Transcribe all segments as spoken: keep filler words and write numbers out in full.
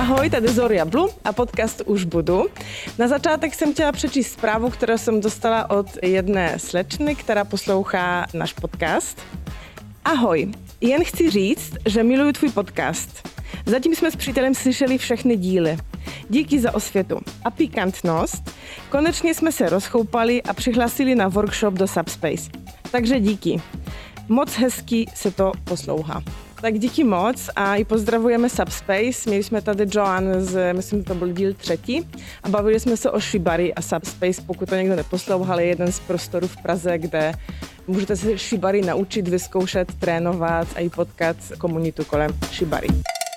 Ahoj, tady Zoria Blu a podcast Už budu. Na začátek jsem chtěla přečíst zprávu, kterou jsem dostala od jedné slečny, která poslouchá náš podcast. Ahoj, jen chci říct, že miluju tvůj podcast. Zatím jsme s přítelem slyšeli všechny díly. Díky za osvětu a pikantnost. Konečně jsme se rozchoupali a přihlásili na workshop do Subspace. Takže díky. Moc hezky se to poslouchá. Tak díky moc a i pozdravujeme Subspace. Měli jsme tady Joan z, myslím, že to byl díl třetí a bavili jsme se o Shibari a Subspace. Pokud to někdo neposlouchal, je jeden z prostorů v Praze, kde můžete se Shibari naučit, vyzkoušet, trénovat a i potkat komunitu kolem Shibari.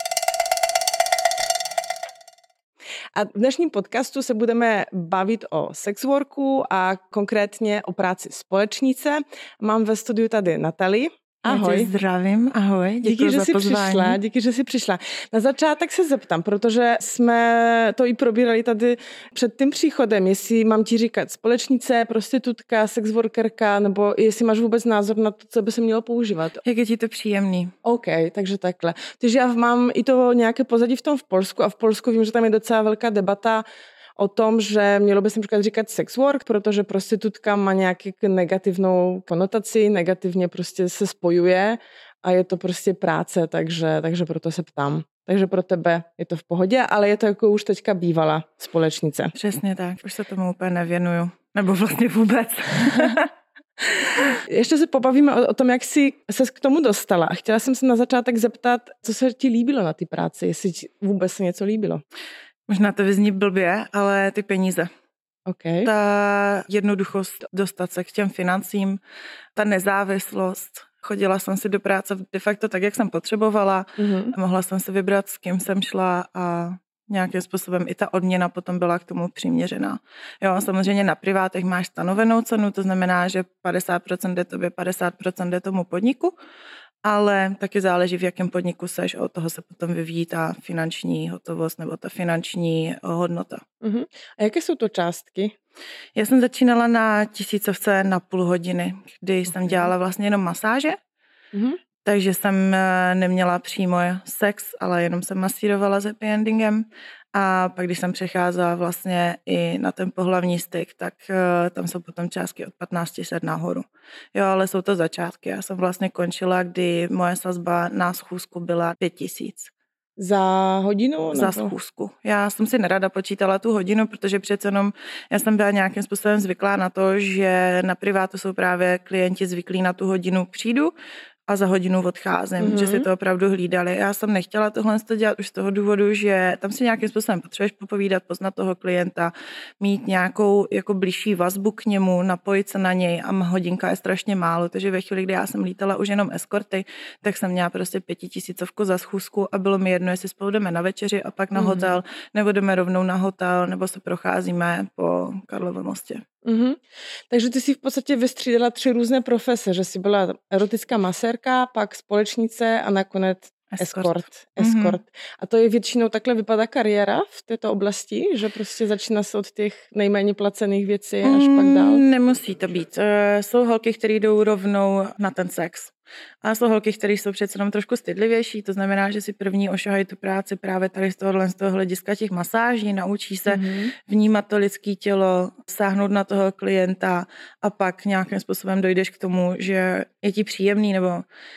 A v dnešním podcastu se budeme bavit o sexworku a konkrétně o práci společnice. Mám ve studiu tady Natalii. Ahoj. Já tě zdravím, ahoj, děkuji díky, že za jsi pozvání. Přišla, díky, že jsi přišla. Na začátek se zeptám, protože jsme to i probírali tady před tím příchodem, jestli mám ti říkat společnice, prostitutka, sexworkerka, nebo jestli máš vůbec názor na to, co by se mělo používat. Jak je ti to příjemný? OK, takže takhle. Takže já mám i to nějaké pozadí v tom v Polsku a v Polsku vím, že tam je docela velká debata o tom, že mělo by se například říkat sex work, protože prostitutka má nějaký negativnou konotaci, negativně prostě se spojuje a je to prostě práce, takže, takže proto se ptám. Takže pro tebe je to v pohodě, ale je to jako už teďka bývalá společnice. Přesně tak, už se tomu úplně nevěnuju. Nebo vlastně vůbec. Ještě se pobavíme o, o tom, jak jsi se k tomu dostala. A chtěla jsem se na začátek zeptat, co se ti líbilo na té práci, jestli ti vůbec se něco líbilo. Možná to vyzní blbě, ale ty peníze. Okay. Ta jednoduchost dostat se k těm financím, ta nezávislost. Chodila jsem si do práce de facto tak, jak jsem potřebovala. Mm-hmm. Mohla jsem si vybrat, s kým jsem šla a nějakým způsobem i ta odměna potom byla k tomu přiměřená. Jo, samozřejmě na privátech máš stanovenou cenu, to znamená, že padesát procent jde tobě, padesát procent jde tomu podniku, ale taky záleží, v jakém podniku seš a od toho se potom vyvíjí ta finanční hotovost nebo ta finanční hodnota. Uh-huh. A jaké jsou to částky? Já jsem začínala na tisícovce na půl hodiny, kdy okay. jsem dělala vlastně jenom masáže, uh-huh. takže jsem neměla přímo sex, ale jenom jsem masírovala s happy endingem. A pak, když jsem přecházela vlastně i na ten pohlavní styk, tak uh, tam jsou potom částky od patnáct set nahoru. Jo, ale jsou to začátky. Já jsem vlastně končila, kdy moje sazba na schůzku byla pět tisíc. Za hodinu? Za schůzku. Já jsem si nerada počítala tu hodinu, protože přece jenom já jsem byla nějakým způsobem zvyklá na to, že na privátu jsou právě klienti zvyklí na tu hodinu přijdu, a za hodinu odcházím, mm-hmm. že si to opravdu hlídali. Já jsem nechtěla tohle dělat už z toho důvodu, že tam si nějakým způsobem potřebuješ popovídat, poznat toho klienta, mít nějakou jako blížší vazbu k němu, napojit se na něj a hodinka je strašně málo, takže ve chvíli, kdy já jsem lítala už jenom eskorty, tak jsem měla prostě pětitisícovku za schůzku a bylo mi jedno, jestli spolu jdeme na večeři a pak na mm-hmm. hotel, nebo jdeme rovnou na hotel, nebo se procházíme po Karlově mostě. Mm-hmm. Takže ty jsi v podstatě vystřídala tři různé profese, že jsi byla erotická masérka, pak společnice a nakonec escort. Escort. Mm-hmm. A to je většinou takhle vypadá kariéra v této oblasti, že prostě začíná se od těch nejméně placených věcí až mm, pak dál? Nemusí to být. Jsou holky, které jdou rovnou na ten sex. A jsou holky, které jsou přece jenom trošku stydlivější, to znamená, že si první ošahají tu práci právě tady z tohohle z toho hlediska těch masáží, naučí se mm-hmm. vnímat to lidské tělo, sáhnout na toho klienta a pak nějakým způsobem dojdeš k tomu, že je ti příjemný nebo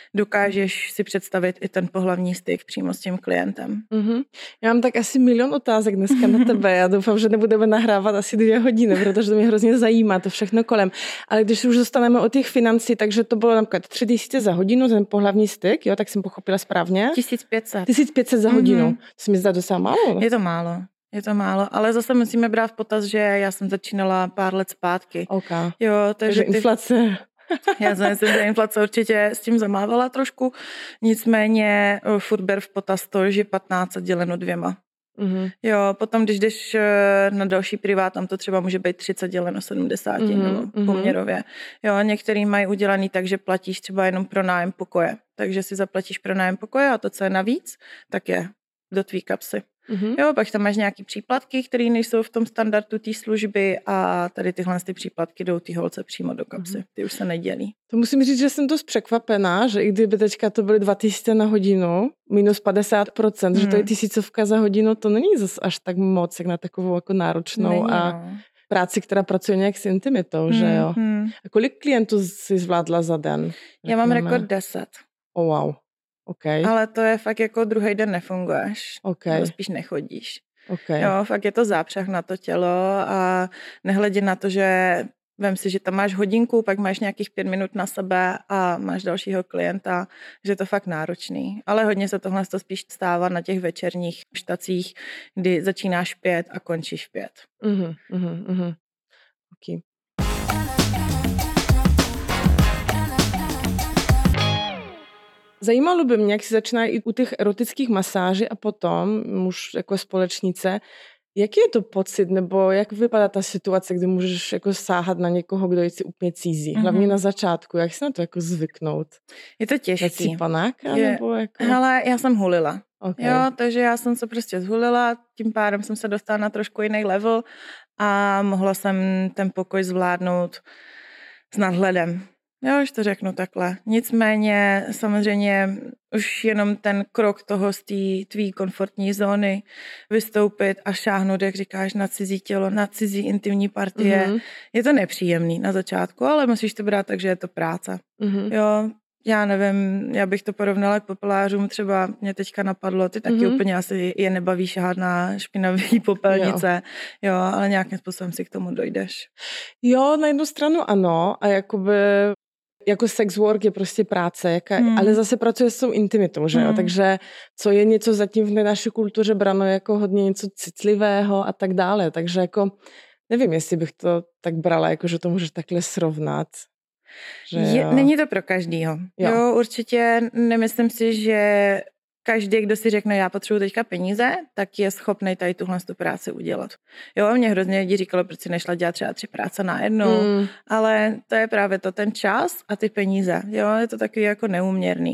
dokážeš si představit i ten pohlavní styk přímo s tím klientem. Mm-hmm. Já mám tak asi milion otázek dneska na tebe. Já doufám, že nebudeme nahrávat asi dvě hodiny, protože to mě hrozně zajímá, to všechno kolem. Ale když už zostaneme o těch financí, takže to bylo například tři tisíce za hodinu, ten pohlavní styk, jo, tak jsem pochopila správně. tisíc pět set. tisíc pět set za hodinu. Mm-hmm. To se mi zdá docela málo. Je to málo. Je to málo, ale zase musíme brát v potaz, že já jsem začínala pár let zpátky. Okay. Jo, takže ty... inflace. Já si myslím, že inflace určitě s tím zamávala trošku, nicméně furt ber v potaz to, že patnáct děleno dvěma. Mm-hmm. Jo, potom, když jdeš na další privát, tam to třeba může být třicet děleno sedmdesát mm-hmm. nebo poměrově. Jo, některý mají udělaný tak, že platíš třeba jenom pro nájem pokoje. Takže si zaplatíš pro nájem pokoje a to, co je navíc, tak je do tvý kapsy. Mm-hmm. Jo, pak tam máš nějaký příplatky, které nejsou v tom standardu té služby a tady tyhle ty příplatky jdou ty holce přímo do kapsy. Mm-hmm. Ty už se nedělí. To musím říct, že jsem dost překvapená, že i kdyby teďka to byly dva tisíce na hodinu, minus padesát procent, mm. že to je tisícovka za hodinu, to není zase až tak moc, jak na takovou jako náročnou není, a no. práci, která pracuje nějak s intimitou, mm, že jo? Mm. A kolik klientů jsi zvládla za den? Já řekneme? Mám rekord deset. Oh, wow. Okay. Ale to je fakt jako druhý den nefunguješ. Okay. Nebo spíš nechodíš. Okay. Jo, fakt je to zápřah na to tělo a nehledě na to, že vem si, že tam máš hodinku, pak máš nějakých pět minut na sebe a máš dalšího klienta, že je to fakt náročný. Ale hodně se tohle to spíš stává na těch večerních štacích, kdy začínáš v pět a končíš v pět. Mhm, mhm, mhm. Okay. Zajímalo by mě, jak si začíná i u těch erotických masáží a potom už jako společnice, jaký je to pocit, nebo jak vypadá ta situace, kdy můžeš jako sáhat na někoho, kdo je si úplně cizí, mm-hmm. hlavně na začátku, jak se na to jako zvyknout? Je to těžký. Jsi panáka, je, nebo jako... Hele, já jsem hulila. Okay. Jo, takže já jsem se prostě zhulila, tím pádem jsem se dostala na trošku jiný level a mohla jsem ten pokoj zvládnout s nadhledem. Jo, už to řeknu takhle. Nicméně samozřejmě už jenom ten krok toho z té tvý komfortní zóny vystoupit a šáhnout, jak říkáš, na cizí tělo, na cizí intimní partie. Mm-hmm. Je to nepříjemný na začátku, ale musíš to brát tak, že je to práce. Mm-hmm. Jo, já nevím, já bych to porovnala k popelářům, třeba mě teďka napadlo, ty taky mm-hmm. úplně asi je nebaví šahat na špinavý popelnice, jo. jo, ale nějakým způsobem si k tomu dojdeš. Jo, na jednu stranu ano a jakoby jako sex work je prostě práce, jaká, hmm. ale zase pracuje s tou intimitou, že jo? Hmm. Takže co je něco zatím v naší kultuře brano jako hodně něco citlivého a tak dále. Takže jako nevím, jestli bych to tak brala, jako že to můžeš takhle srovnat. Že je, není to pro každýho. Jo. jo, určitě nemyslím si, že každý, kdo si řekne, já potřebuji teďka peníze, tak je schopný tady tuhle tu práci udělat. Jo, mě hrozně lidí říkalo, proč si nešla dělat třeba tři práce najednou, mm. ale to je právě to, ten čas a ty peníze. Jo, je to takový jako neúměrný.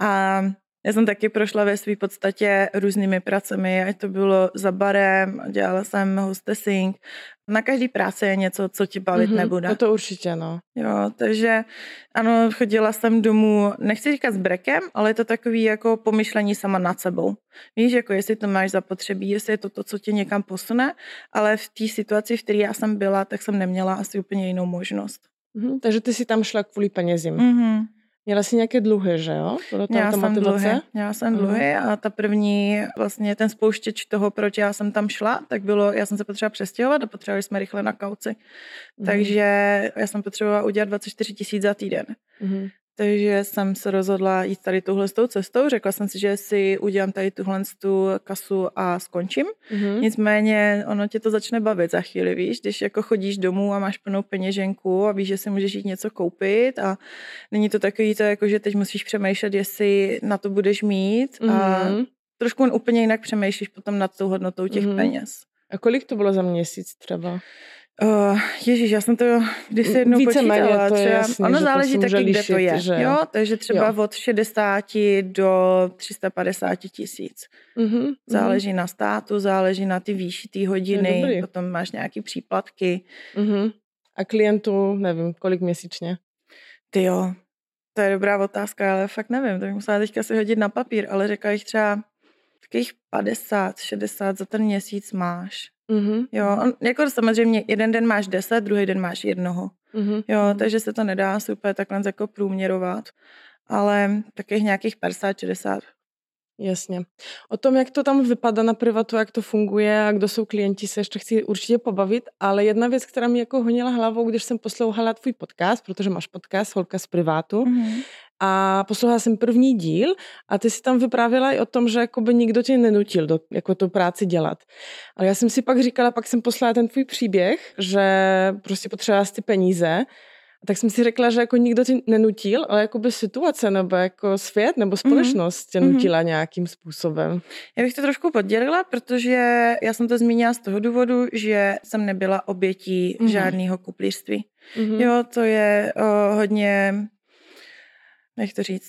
A já jsem taky prošla ve své podstatě různými pracemi, ať to bylo za barem, dělala jsem hostessing. Na každý práci je něco, co ti bavit mm-hmm, nebude. To, to určitě, no. Jo, takže ano, chodila jsem domů, nechci říkat s brekem, ale je to takový jako pomyšlení sama nad sebou. Víš, jako jestli to máš zapotřebí, jestli je to to, co tě někam posune, ale v té situaci, v které já jsem byla, tak jsem neměla asi úplně jinou možnost. Mm-hmm, takže ty si tam šla kvůli penězím. Mhm. Měla jsi nějaké dluhy, že jo? Měla jsem dluhy, měla jsem dluhy a ta první, vlastně ten spouštěč toho, proč já jsem tam šla, tak bylo, já jsem se potřebovala přestěhovat a potřebovali jsme rychle na kauci. Mm. Takže já jsem potřebovala udělat dvacet čtyři tisíc za týden. Mm. Takže jsem se rozhodla jít tady tuhle s tou cestou. Řekla jsem si, že si udělám tady tuhle tu kasu a skončím. Mm-hmm. Nicméně ono tě to začne bavit za chvíli, víš, když jako chodíš domů a máš plnou peněženku a víš, že si můžeš jít něco koupit a není to takový to, jako, že teď musíš přemýšlet, jestli na to budeš mít a mm-hmm. trošku úplně jinak přemýšlíš potom nad tou hodnotou těch mm-hmm. peněz. A kolik to bylo za měsíc třeba? Uh, Ježíš, já jsem to kdysi jednou Více počítala. To je třeba, jasný, ono záleží taky, lišit, kde to je. Že... Jo? Takže třeba jo. od šedesáti do tři sta padesát tisíc. Mm-hmm, záleží mm-hmm. na státu, záleží na ty výši té hodiny, potom máš nějaký příplatky. Mm-hmm. A klientů, nevím, kolik měsíčně? Ty jo, to je dobrá otázka, ale fakt nevím. To bych musela teďka si hodit na papír, ale řekla jich třeba takových padesát, šedesát za ten měsíc máš. Mm-hmm. Jo, on, jako samozřejmě jeden den máš deset, druhý den máš jednoho. Mm-hmm. Jo, takže se to nedá super takhle jako průměrovat, ale takových nějakých padesát, šedesát. Jasně. O tom, jak to tam vypadá na privatu, jak to funguje a kdo jsou klienti, se ještě chci určitě pobavit, ale jedna věc, která mi jako honila hlavou, když jsem poslouchala tvůj podcast, protože máš podcast Holka z privátu, mm-hmm. a poslouchala jsem první díl a ty si tam vyprávěla i o tom, že jakoby nikdo tě nenutil do, jako tu práci dělat. Ale já jsem si pak říkala, pak jsem poslala ten tvůj příběh, že prostě potřebovala ty peníze. A tak jsem si řekla, že jako nikdo tě nenutil, ale jakoby situace nebo jako svět nebo společnost tě nutila mm-hmm. nějakým způsobem. Já bych to trošku poddělila, protože já jsem to zmínila z toho důvodu, že jsem nebyla obětí mm-hmm. žádného kuplířství. Mm-hmm. Jo, to je o, hodně... Jak to říct?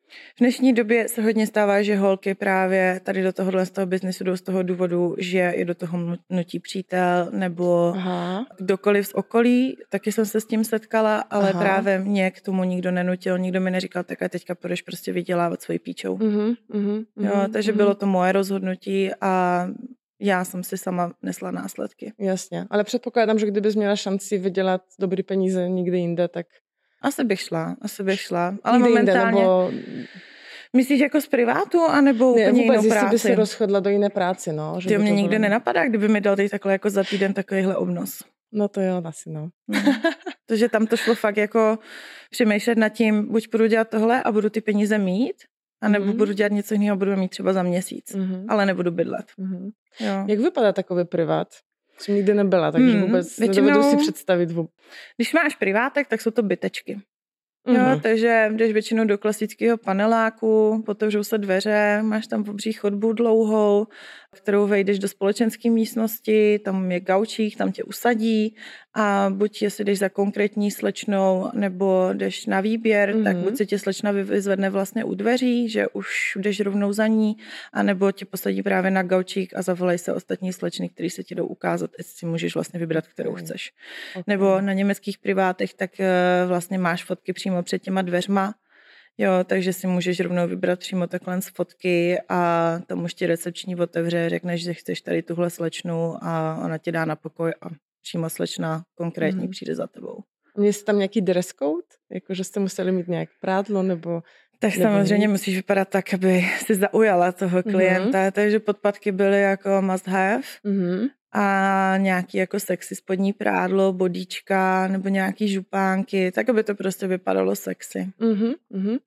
V dnešní době se hodně stává, že holky právě tady do tohohle z toho biznesu jdou z toho důvodu, že je do toho nutí přítel nebo Aha. kdokoliv z okolí. Taky jsem se s tím setkala, ale Aha. právě mě k tomu nikdo nenutil, nikdo mi neříkal, tak a teďka půjdeš prostě vydělávat svojí píčou. Uh-huh, uh-huh, jo, takže uh-huh. bylo to moje rozhodnutí a já jsem si sama nesla následky. Jasně, ale předpokládám, že kdybys měla šanci vydělat dobrý peníze někde jinde, tak... Asi bych šla, asi bych šla, ale někde momentálně... Jinde, nebo... Myslíš jako z privátu, anebo ne, úplně vůbec, jinou práci? by se rozchodla do jiné práce, no. Že to mě nikdy bylo... nenapadá, kdyby mi dal teď takhle jako za týden takovýhle obnos. No to jo, asi no. Takže tam to šlo fakt jako přemýšlet nad tím, buď budu dělat tohle a budu ty peníze mít, anebo mm-hmm. budu dělat něco jiného a budu mít třeba za měsíc, mm-hmm. ale nebudu bydlet. Mm-hmm. Jo. Jak vypadá takový privát? Jsem nikdy nebyla, takže hmm, vůbec většinou, nedovedu si představit. Když máš privátek, tak jsou to bytečky. Mm-hmm. Jo, takže jdeš většinou do klasického paneláku, otevřou se dveře, máš tam obří chodbu dlouhou, kterou vejdeš do společenské místnosti, tam je gaučík, tam tě usadí a buď jestli jdeš za konkrétní slečnou, nebo jdeš na výběr, mm-hmm. tak buď se tě slečna vyzvedne vlastně u dveří, že už jdeš rovnou za ní, anebo tě posadí právě na gaučík a zavolají se ostatní slečny, který se ti jdou ukázat, jestli si můžeš vlastně vybrat, kterou chceš. Okay. Nebo na německých privátech, tak vlastně máš fotky přímo před těma dveřma, jo, takže si můžeš rovnou vybrat přímo takhle z fotky a tam už ti recepční otevře, řekneš, že chceš tady tuhle slečnu a ona ti dá na pokoj a přímo slečna konkrétní mm. přijde za tebou. Je tam nějaký dress code? Jako, že jste museli mít nějak prádlo nebo... Tak nebo samozřejmě nic? Musíš vypadat tak, aby si zaujala toho klienta, mm-hmm. takže podpatky byly jako must have. Mm-hmm. A nějaký jako sexy spodní prádlo, bodíčka nebo nějaký župánky, tak aby to prostě vypadalo sexy. Uh-huh, uh-huh.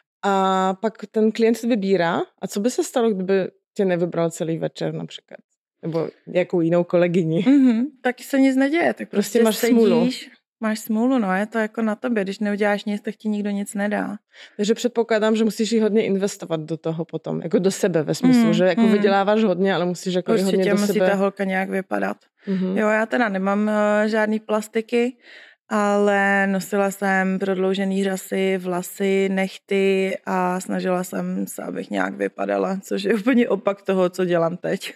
A pak ten klient se vybírá. A co by se stalo, kdyby tě nevybral celý večer například? Nebo jakou jinou kolegyni? Uh-huh. Tak se nic neděje, tak prostě, prostě máš sedíš, smůlu. Máš smůlu, no, je to jako na tobě. Když neuděláš nic, tak ti nikdo nic nedá. Takže předpokládám, že musíš jí hodně investovat do toho potom, jako do sebe ve smyslu, mm, že jako mm. vyděláváš hodně, ale musíš jako hodně do sebe. Určitě musí ta holka nějak vypadat. Mm-hmm. Jo, já teda nemám uh, žádný plastiky, ale nosila jsem prodloužený řasy, vlasy, nechty a snažila jsem se, abych nějak vypadala, což je úplně opak toho, co dělám teď.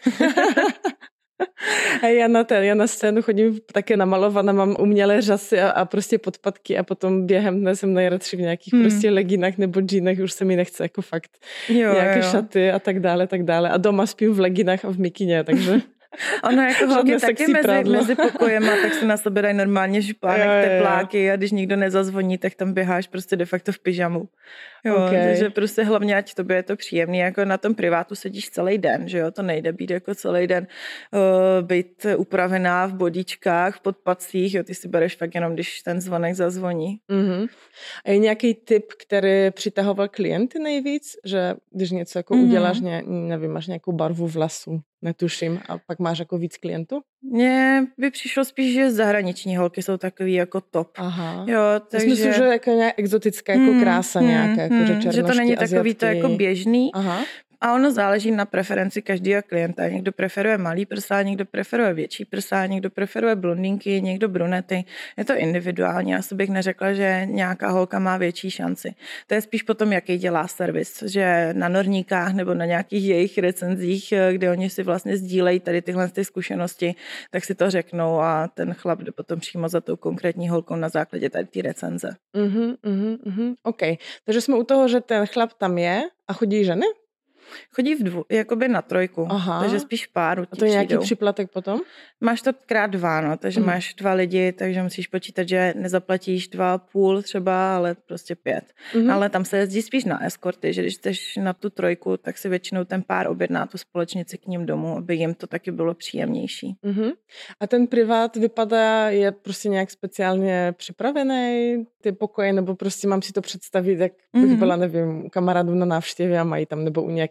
A já na, ten, já na scénu chodím také namalovaná, mám umělé řasy a, a prostě podpatky a potom během dne jsem nejradši v nějakých hmm. prostě leginách nebo džínech, už se mi nechce jako fakt jo, nějaké jo. šaty a tak dále, tak dále. A doma spím v leginách a v mikině, takže... Ono jako holky taky mezi, mezi pokojema, tak se na sebe dají normálně župánek, jo, jo, tepláky a když nikdo nezazvoní, tak tam běháš prostě de facto v pyžamu. Jo, okay. Takže prostě hlavně, ať tobě je to příjemný, jako na tom privátu sedíš celý den, že jo, to nejde být jako celý den uh, být upravená v bodíčkách, v podpacích, jo, ty si bereš fakt jenom, když ten zvonek zazvoní. Mm-hmm. A je nějaký tip, který přitahoval klienty nejvíc, že když něco jako mm-hmm. uděláš, ne, nevím, máš nějakou barvu vlasu, netuším, a pak máš jako víc klientů? Mně by přišlo spíš, že zahraniční holky jsou takový jako top. Aha. Jo, takže... Myslím, že jako nějak exotická jako krása hmm, nějaká, jako hmm, že černošky, že to není takový Aziatky. To jako běžný. Aha. A ono záleží na preferenci každého klienta. Někdo preferuje malý prsa, někdo preferuje větší prsa, někdo preferuje blondýnky, někdo brunety. Je to individuální. Já si bych neřekla, že nějaká holka má větší šanci. To je spíš potom, jaký dělá servis. Že na Norníkách nebo na nějakých jejich recenzích, kde oni si vlastně sdílejí tady tyhle ty zkušenosti, tak si to řeknou a ten chlap jde potom přímo za tou konkrétní holkou na základě tady ty recenze. Mhm, mhm, mhm. OK. Takže jsme u toho, že ten chlap tam je a chodí ženy? Chodí v dvou, jakoby na trojku, Aha. takže spíš v páru. A to je nějaký příplatek potom? Máš to krát dva, no, takže mm. máš dva lidi, takže musíš počítat, že nezaplatíš dva a půl třeba, ale prostě pět. Mm. Ale tam se jezdí spíš na eskorty, že když jdeš na tu trojku, tak si většinou ten pár objedná tu společnici k ním domů, aby jim to taky bylo příjemnější. Mm. A ten privát vypadá, je prostě nějak speciálně připravený, ty pokoje, nebo prostě mám si to představit, jak bych mm. byla, nevím, u kamarádů na návštěvě a mají tam, nebo u nějakých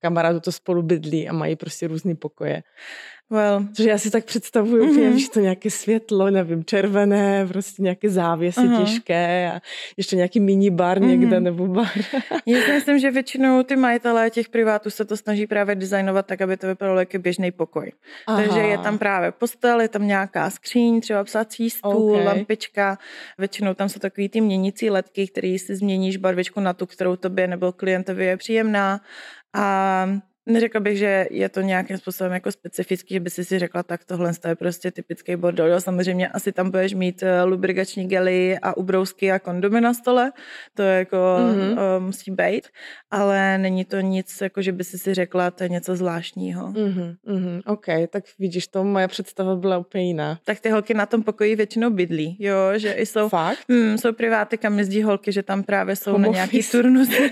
kamarádů to spolu bydlí a mají prostě různý pokoje. Well. Což já si tak představuju, mm-hmm. že to nějaké světlo, nevím, červené, prostě nějaké závěsy uh-huh. těžké a ještě nějaký minibar mm-hmm. někde nebo bar. Já si myslím, že většinou ty majitelé těch privátů se to snaží právě designovat tak, aby to vypadalo jako běžný pokoj. Aha. Takže je tam právě postel, je tam nějaká skříň, třeba psací stůl, okay. lampička. Většinou tam jsou takový ty měnící ledky, který si změníš barvičku na tu, kterou tobě nebo klientovi je příjemná. A neřekla bych, že je to nějakým způsobem jako specifický, že by si si řekla, tak tohle je prostě typický bordel. Jo, samozřejmě asi tam budeš mít lubrigační gely a ubrousky a kondomy na stole, to je jako mm-hmm. uh, musí být, ale není to nic, jako že by si si řekla, to je něco zvláštního. Mm-hmm, mm-hmm, OK, tak vidíš, to moje představa byla úplně jiná. Tak ty holky na tom pokoji většinou bydlí, jo, že i jsou, mm, jsou priváty, kam jezdí holky, že tam právě jsou Home na nějaký turnusy.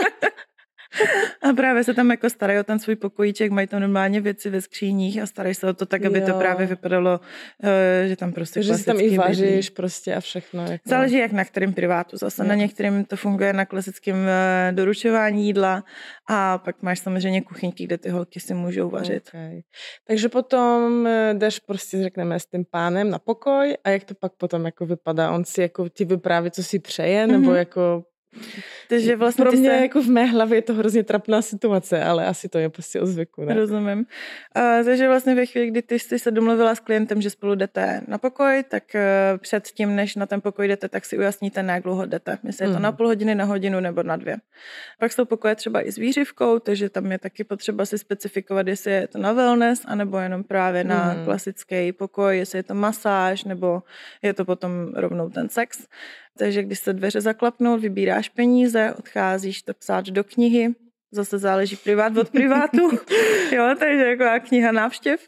A právě se tam jako starají o ten svůj pokojíček, mají tam normálně věci ve skříních a starají se o to tak, aby jo. to právě vypadalo, že tam prostě že si tam i vaříš prostě a všechno. Jako... Záleží jak na kterým privátu. Zase jo. na některým to funguje na klasickém doručování jídla a pak máš samozřejmě kuchyňky, kde ty holky si můžou vařit. Okay. Takže potom jdeš prostě, řekneme, s tím pánem na pokoj a jak to pak potom jako vypadá? On si jako ti vypráví, co si přeje, mm-hmm. nebo jako... Takže vlastně pro mě se... jako v mé hlavě je to hrozně trapná situace, ale asi to je prostě o zvyku. Ne? Rozumím. Uh, takže vlastně ve chvíli, kdy ty jsi se domluvila s klientem, že spolu jdete na pokoj, tak uh, před tím, než na ten pokoj jdete, tak si ujasníte, na jak dlouho jdete. Jestli mm. je to na půl hodiny, na hodinu nebo na dvě. Pak jsou pokoje třeba i s výřivkou, takže tam je taky potřeba si specifikovat, jestli je to na wellness, anebo jenom právě na mm. klasický pokoj, jestli je to masáž, nebo je to potom rovnou ten sex. Takže když se dveře zaklapnou, vybíráš peníze, odcházíš to psát do knihy, zase záleží privát od privátu, jo, takže jako kniha návštěv.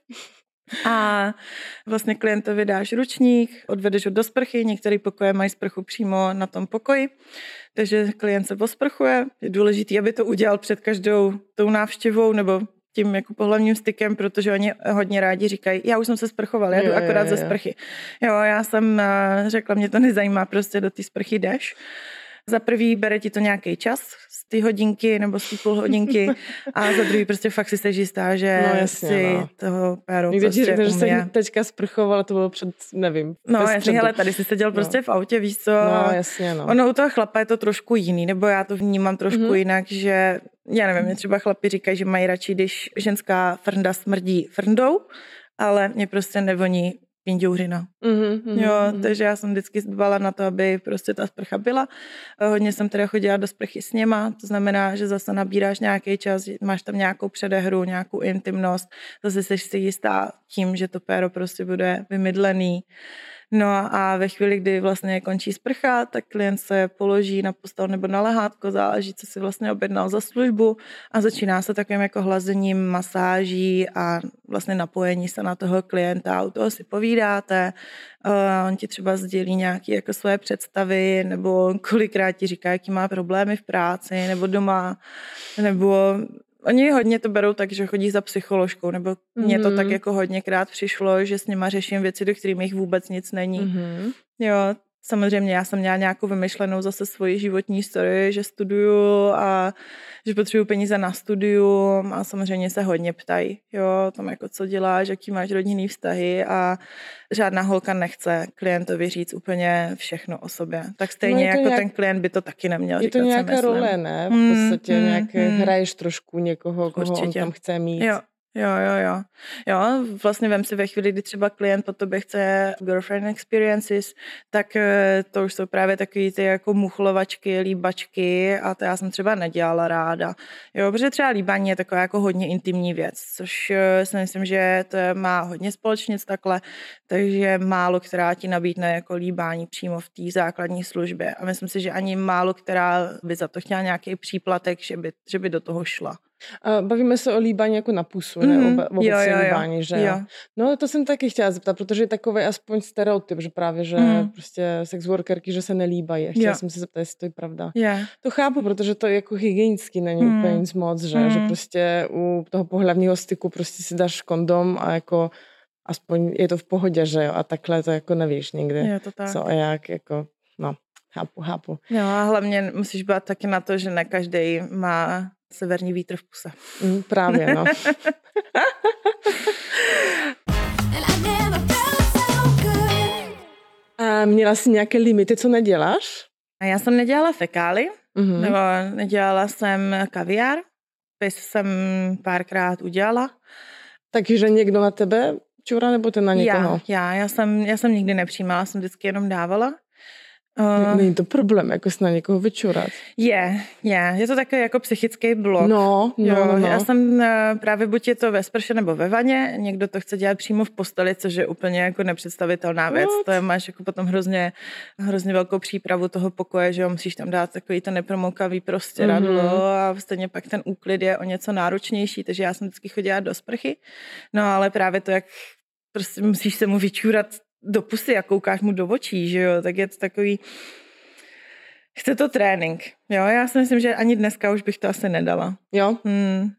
A vlastně klientovi dáš ručník, odvedeš ho do sprchy, některé pokoje mají sprchu přímo na tom pokoji, takže klient se posprchuje. Je důležité, aby to udělal před každou tou návštěvou nebo tím jako pohlavním stykem, protože oni hodně rádi říkají, já už jsem se sprchoval, já jdu akorát ze sprchy. Jo, já jsem řekla, mě to nezajímá, prostě do té sprchy jdeš. Za prvý bere ti to nějaký čas z té hodinky nebo z té půl hodinky a za druhý prostě fakt si jsi jistá, že no, jasně, si no. toho péro někdo prostě ti řekne, umí. že jsem teďka sprchovala, to bylo před, nevím. No jasně, hele, tady jsi seděl no. prostě v autě, víš co. No jasně, no. Ono u toho chlapa je to trošku jiný, nebo já to vnímám trošku mm-hmm. jinak, že já nevím, mě třeba chlapi říkají, že mají radši, když ženská frnda smrdí frndou, ale mě prostě nevoní pindouřina. Mm-hmm, jo, mm-hmm. takže já jsem vždycky dbala na to, aby prostě ta sprcha byla. Hodně jsem teda chodila do sprchy s něma, to znamená, že zase nabíráš nějaký čas, máš tam nějakou předehru, nějakou intimnost, zase jsi si jistá tím, že to péro prostě bude vymydlený. No a ve chvíli, kdy vlastně končí sprcha, tak klient se položí na postel nebo na lehátko, záleží, co si vlastně objednal za službu a začíná se takovým jako hlazením, masáží a vlastně napojení se na toho klienta. U toho si povídáte, uh, on ti třeba sdělí nějaké jako svoje představy nebo kolikrát ti říká, jaký má problémy v práci nebo doma, nebo oni hodně to berou tak, že chodí za psycholožkou, nebo mně to mm-hmm. tak jako hodněkrát přišlo, že s nima řeším věci, do kterých jich vůbec nic není. Mm-hmm. Jo, samozřejmě já jsem měla nějakou vymyšlenou zase svoji životní story, že studuju a že potřebuju peníze na studium a samozřejmě se hodně ptají, jo, tam jako co děláš, jaký máš rodinný vztahy a žádná holka nechce klientovi říct úplně všechno o sobě. Tak stejně no jako nějak... ten klient by to taky neměl je říkat, je to nějaká role, ne? V podstatě mm, nějak mm, hraješ trošku někoho, koho určitě. On tam chce mít. Jo. Jo, jo, jo. Jo, vlastně vem si ve chvíli, kdy třeba klient po tobě chce girlfriend experiences, tak to už jsou právě takový ty jako muchlovačky, líbačky a to já jsem třeba nedělala ráda. Jo, protože třeba líbání je taková jako hodně intimní věc, což si myslím, že to má hodně společnic takhle, takže málo která ti nabídne jako líbání přímo v té základní službě a myslím si, že ani málo která by za to chtěla nějaký příplatek, že by, že by do toho šla. A bavíme se o líbání jako na pusu, ne? Mm, Obe, jo, jo, líbání, že jo. No to jsem taky chtěla zeptat, protože je takový aspoň stereotyp, že právě, že mm. prostě sex workerky, že se nelíbají. A chtěla jo. jsem se zeptat, jestli to je pravda. Yeah. To chápu, protože to jako hygienicky není mm. úplně nic moc, že? Mm. že prostě u toho pohlavního styku prostě si dáš kondom a jako aspoň je to v pohodě, že jo? A takhle to jako nevíš nikdy. Je to tak. Co a jak, jako, no, chápu, chápu. Jo a hlavně musíš být taky na to, že ne každý má severní vítr v puse. Mm, právě, no. A měla jsi nějaké limity, co neděláš? A já jsem nedělala fekály, mm-hmm. nebo nedělala jsem kaviár, pis jsem párkrát udělala. Takže někdo na tebe čura, nebo ty na někoho? Já, já, já, jsem, já jsem nikdy nepřijímala, jsem vždycky jenom dávala. Uh, Není to problém, jako se na někoho vyčurat. Je, je. Je to takový jako psychický blok. No, no, jo, no. Já jsem právě buď je to ve sprše nebo ve vaně, někdo to chce dělat přímo v posteli, což je úplně jako nepředstavitelná věc. What? To je, máš jako potom hrozně, hrozně velkou přípravu toho pokoje, že jo, musíš tam dát takový to nepromoukavý prostěradlo mm-hmm. a stejně pak ten úklid je o něco náročnější, takže já jsem vždycky chodila do sprchy. No ale právě to, jak prostě musíš se mu vyčurat do pusy a koukáš mu do očí, že jo, tak je to takový, chce to trénink, jo, já si myslím, že ani dneska už bych to asi nedala. Jo? Hmm.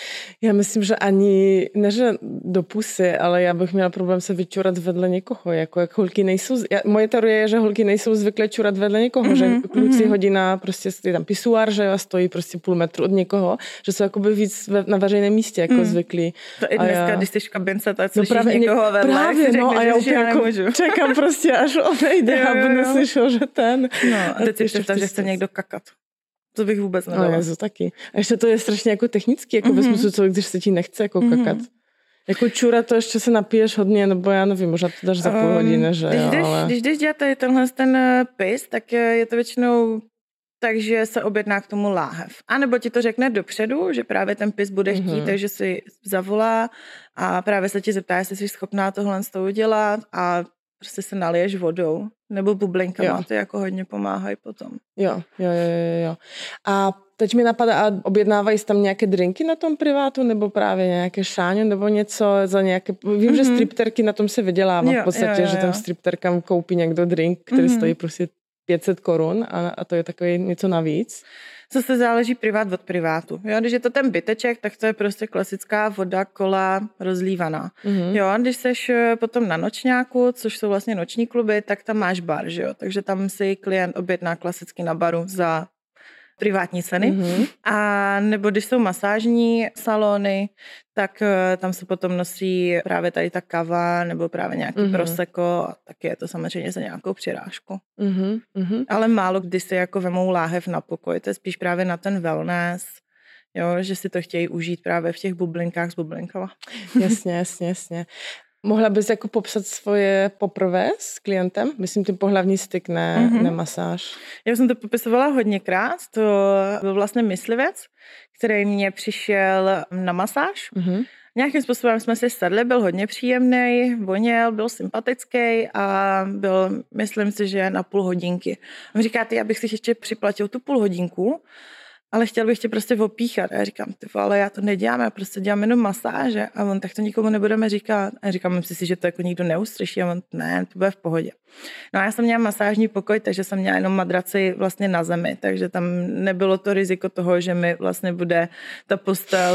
Já myslím, že ani, ne že do pusy, ale já bych měla problém se vyčurat vedle někoho, jako jak holky nejsou, já, moje teorie je, že holky nejsou zvyklé čurat vedle někoho, mm-hmm, že kluci mm-hmm. hodina, prostě je tam pisuár, že jo, stojí prostě půl metru od někoho, že jsou jakoby víc ve, na veřejném místě, jako mm. zvyklí. To i dneska, já... když jsi v kabince, tak slyšíš no někoho vedle, právě, jak si no, řekne, a já úplně jako nemůžu. Čekám prostě, až odejde, aby neslyšel, že ten. No, a teď si představ, že chce někdo kakat. To bych vůbec nedala. No, jezu, taky. A ještě to je strašně jako technicky, jako mm-hmm. ve smyslu, co, když se ti nechce jako mm-hmm. kakat. Jako čura, to ještě se napiješ hodně, nebo já nevím, možná to dáš za půl hodiny, že když jo, jdeš, ale... Když jdeš dělat tady tenhle ten pis, tak je to většinou takže se objedná k tomu láhev. A nebo ti to řekne dopředu, že právě ten pis bude chtít, mm-hmm. takže si zavolá a právě se ti zeptá, jestli jsi schopná tohle z toho udělat a prostě se naliješ vodou nebo bublinkama, jo. To jako hodně pomáhají potom. Jo, jo, jo, jo. A teď mi napadá, a objednávají tam nějaké drinky na tom privátu, nebo právě nějaké šáňo, nebo něco za nějaké, vím, mm-hmm. že stripterky na tom se vydělává v podstatě, jo, jo, jo. Že tam stripterkám koupí někdo drink, který mm-hmm. stojí prostě pět set korun a, a to je takový něco navíc. Zase záleží privát od privátu. Jo, když je to ten byteček, tak to je prostě klasická voda, kola rozlívaná. Mm-hmm. Jo, a když seš potom na nočňáku, což jsou vlastně noční kluby, tak tam máš bar, že jo. Takže tam si klient objedná klasicky na baru za privátní ceny. Mm-hmm. A nebo když jsou masážní salony, tak tam se potom nosí právě tady ta kava nebo právě nějaký mm-hmm. prosecco a taky je to samozřejmě za nějakou přirážku. Mm-hmm. Ale málo kdy si jako vemou láhev na pokoj, to je spíš právě na ten wellness, jo, že si to chtějí užít právě v těch bublinkách s bublinkama. Jasně, jasně, jasně. Mohla bys jako popsat svoje poprvé s klientem? Myslím tím pohlavní styk, ne, mm-hmm. ne masáž. Já jsem to popisovala hodněkrát. To byl vlastně myslivec, který mě přišel na masáž. Mm-hmm. Nějakým způsobem jsme si sedli, byl hodně příjemný, voněl, byl sympatický a byl, myslím si, že na půl hodinky. On říká, ty, já bych si ještě připlatil tu půl hodinku, ale chtěl bych tě prostě opíchat. A já říkám, ty, ale já to nedělám, já prostě dělám jenom masáže. A on, tak to nikomu nebudeme říkat. A já říkám, myslím si, že to jako nikdo neustřeší. A on, ne, to bude v pohodě. No a já jsem měla masážní pokoj, takže jsem měla jenom madraci vlastně na zemi. Takže tam nebylo to riziko toho, že mi vlastně bude ta postel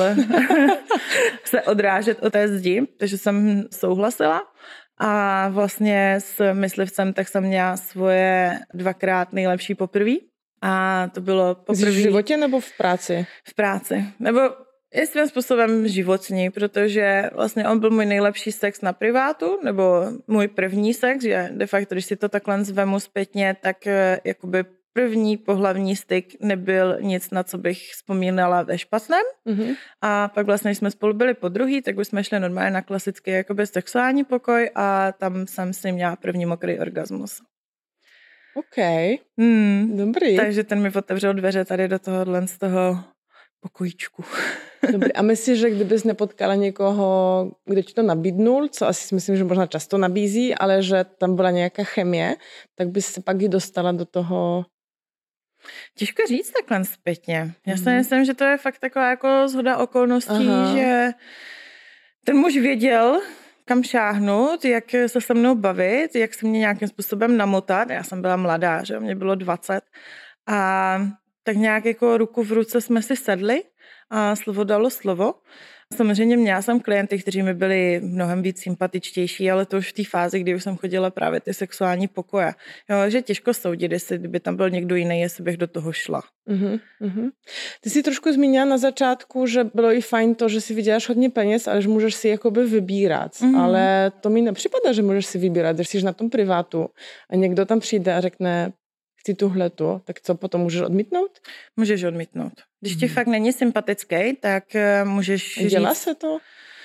se odrážet od té zdi. Takže jsem souhlasila. A vlastně s myslivcem tak jsem měla svoje dvakrát nejlepší poprví. A to bylo poprvé... V životě nebo v práci? V práci. Nebo je svým způsobem životní, protože vlastně on byl můj nejlepší sex na privátu, nebo můj první sex, že de facto, když si to takhle zvemu zpětně, tak jakoby první pohlavní styk nebyl nic, na co bych vzpomínala ve špatném. Mm-hmm. A pak vlastně, když jsme spolu byli po druhý, tak už jsme šli normálně na klasický jakoby sexuální pokoj a tam jsem si měla první mokrý orgasmus. OK, hmm. dobrý. Takže ten mi otevřel dveře tady do tohohle z toho pokojíčku. Dobrý. A myslíš, že kdybys nepotkala někoho, kdo ti to nabídnul, co asi si myslím, že možná často nabízí, ale že tam byla nějaká chemie, tak bys se pak i dostala do toho... Těžko říct takhle zpětně. Já si myslím, že to je fakt taková jako shoda okolností, aha. že ten muž věděl, kam šáhnout, jak se se mnou bavit, jak se mě nějakým způsobem namotat. Já jsem byla mladá, že mě bylo dvacet. A tak nějak jako ruku v ruce jsme si sedli a slovo dalo slovo. Samozřejmě měla jsem klienty, kteří mi byli mnohem víc sympatičtější, ale to už v té fázi, kdy už jsem chodila právě ty sexuální pokoje. Jo, že těžko soudit, jestli kdyby tam byl někdo jiný, jestli bych do toho šla. Uh-huh, uh-huh. Ty si trošku zmínila na začátku, že bylo i fajn to, že si vyděláš hodně peněz, ale že můžeš si jakoby vybírat. Uh-huh. Ale to mi nepřipadá, že můžeš si vybírat, když jsi na tom privátu a někdo tam přijde a řekne, chci tuhletu, tak co potom můžeš odmítnout? Můžeš odmítnout. Když ti mm. fakt není sympatický, tak můžeš Dělá říct... se to?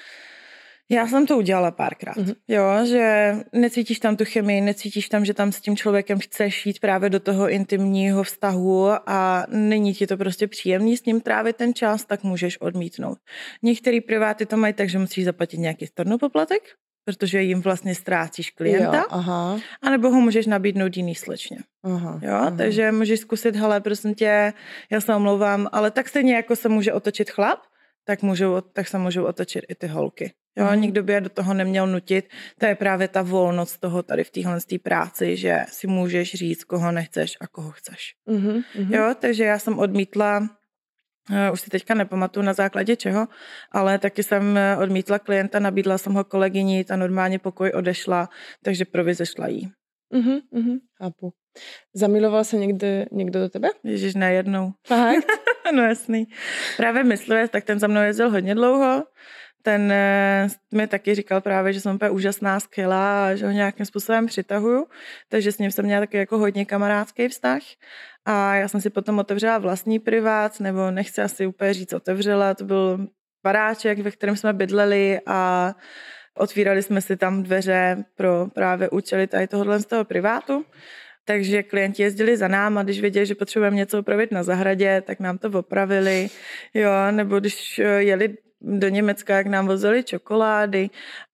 Já jsem to udělala párkrát. Mm. Jo, že necítíš tam tu chemii, necítíš tam, že tam s tím člověkem chceš jít právě do toho intimního vztahu a není ti to prostě příjemný s ním trávit ten čas, tak můžeš odmítnout. Některý priváty to mají tak, že musíš zaplatit nějaký stornopoplatek, protože jim vlastně ztrácíš klienta, jo, aha. anebo ho můžeš nabídnout jiný slečně. Aha, jo, aha. Takže můžeš zkusit, hele, prosím tě, já se omlouvám, ale tak stejně jako se může otočit chlap, tak, můžou, tak se můžou otočit i ty holky. Jo, mm. nikdo by je do toho neměl nutit. To je právě ta volnost toho tady v téhle práci, že si můžeš říct, koho nechceš a koho chceš. Mm-hmm. Jo, takže já jsem odmítla, Uh, už si teďka nepamatuju na základě čeho, ale taky jsem odmítla klienta, nabídla jsem ho kolegyni, ta normálně pokoj odešla, takže provize šla jí. Uh-huh, uh-huh, chápu. Zamiloval se někdy někdo do tebe? Ježiš, najednou. Fakt? No jasný. Právě myslivec, tak ten za mnou jezdil hodně dlouho. Ten mi taky říkal právě, že jsem úplně úžasná, skvělá a že ho nějakým způsobem přitahuju. Takže s ním jsem měla taky jako hodně kamarádský vztah. A já jsem si potom otevřela vlastní privát, nebo nechci asi úplně říct otevřela. To byl baráček, ve kterém jsme bydleli a otvírali jsme si tam dveře pro právě účely tady tohohle z toho privátu. Takže klienti jezdili za náma, když věděli, že potřebujeme něco opravit na zahradě, tak nám to opravili. Jo, nebo když jeli do Německa, jak nám vozili čokolády.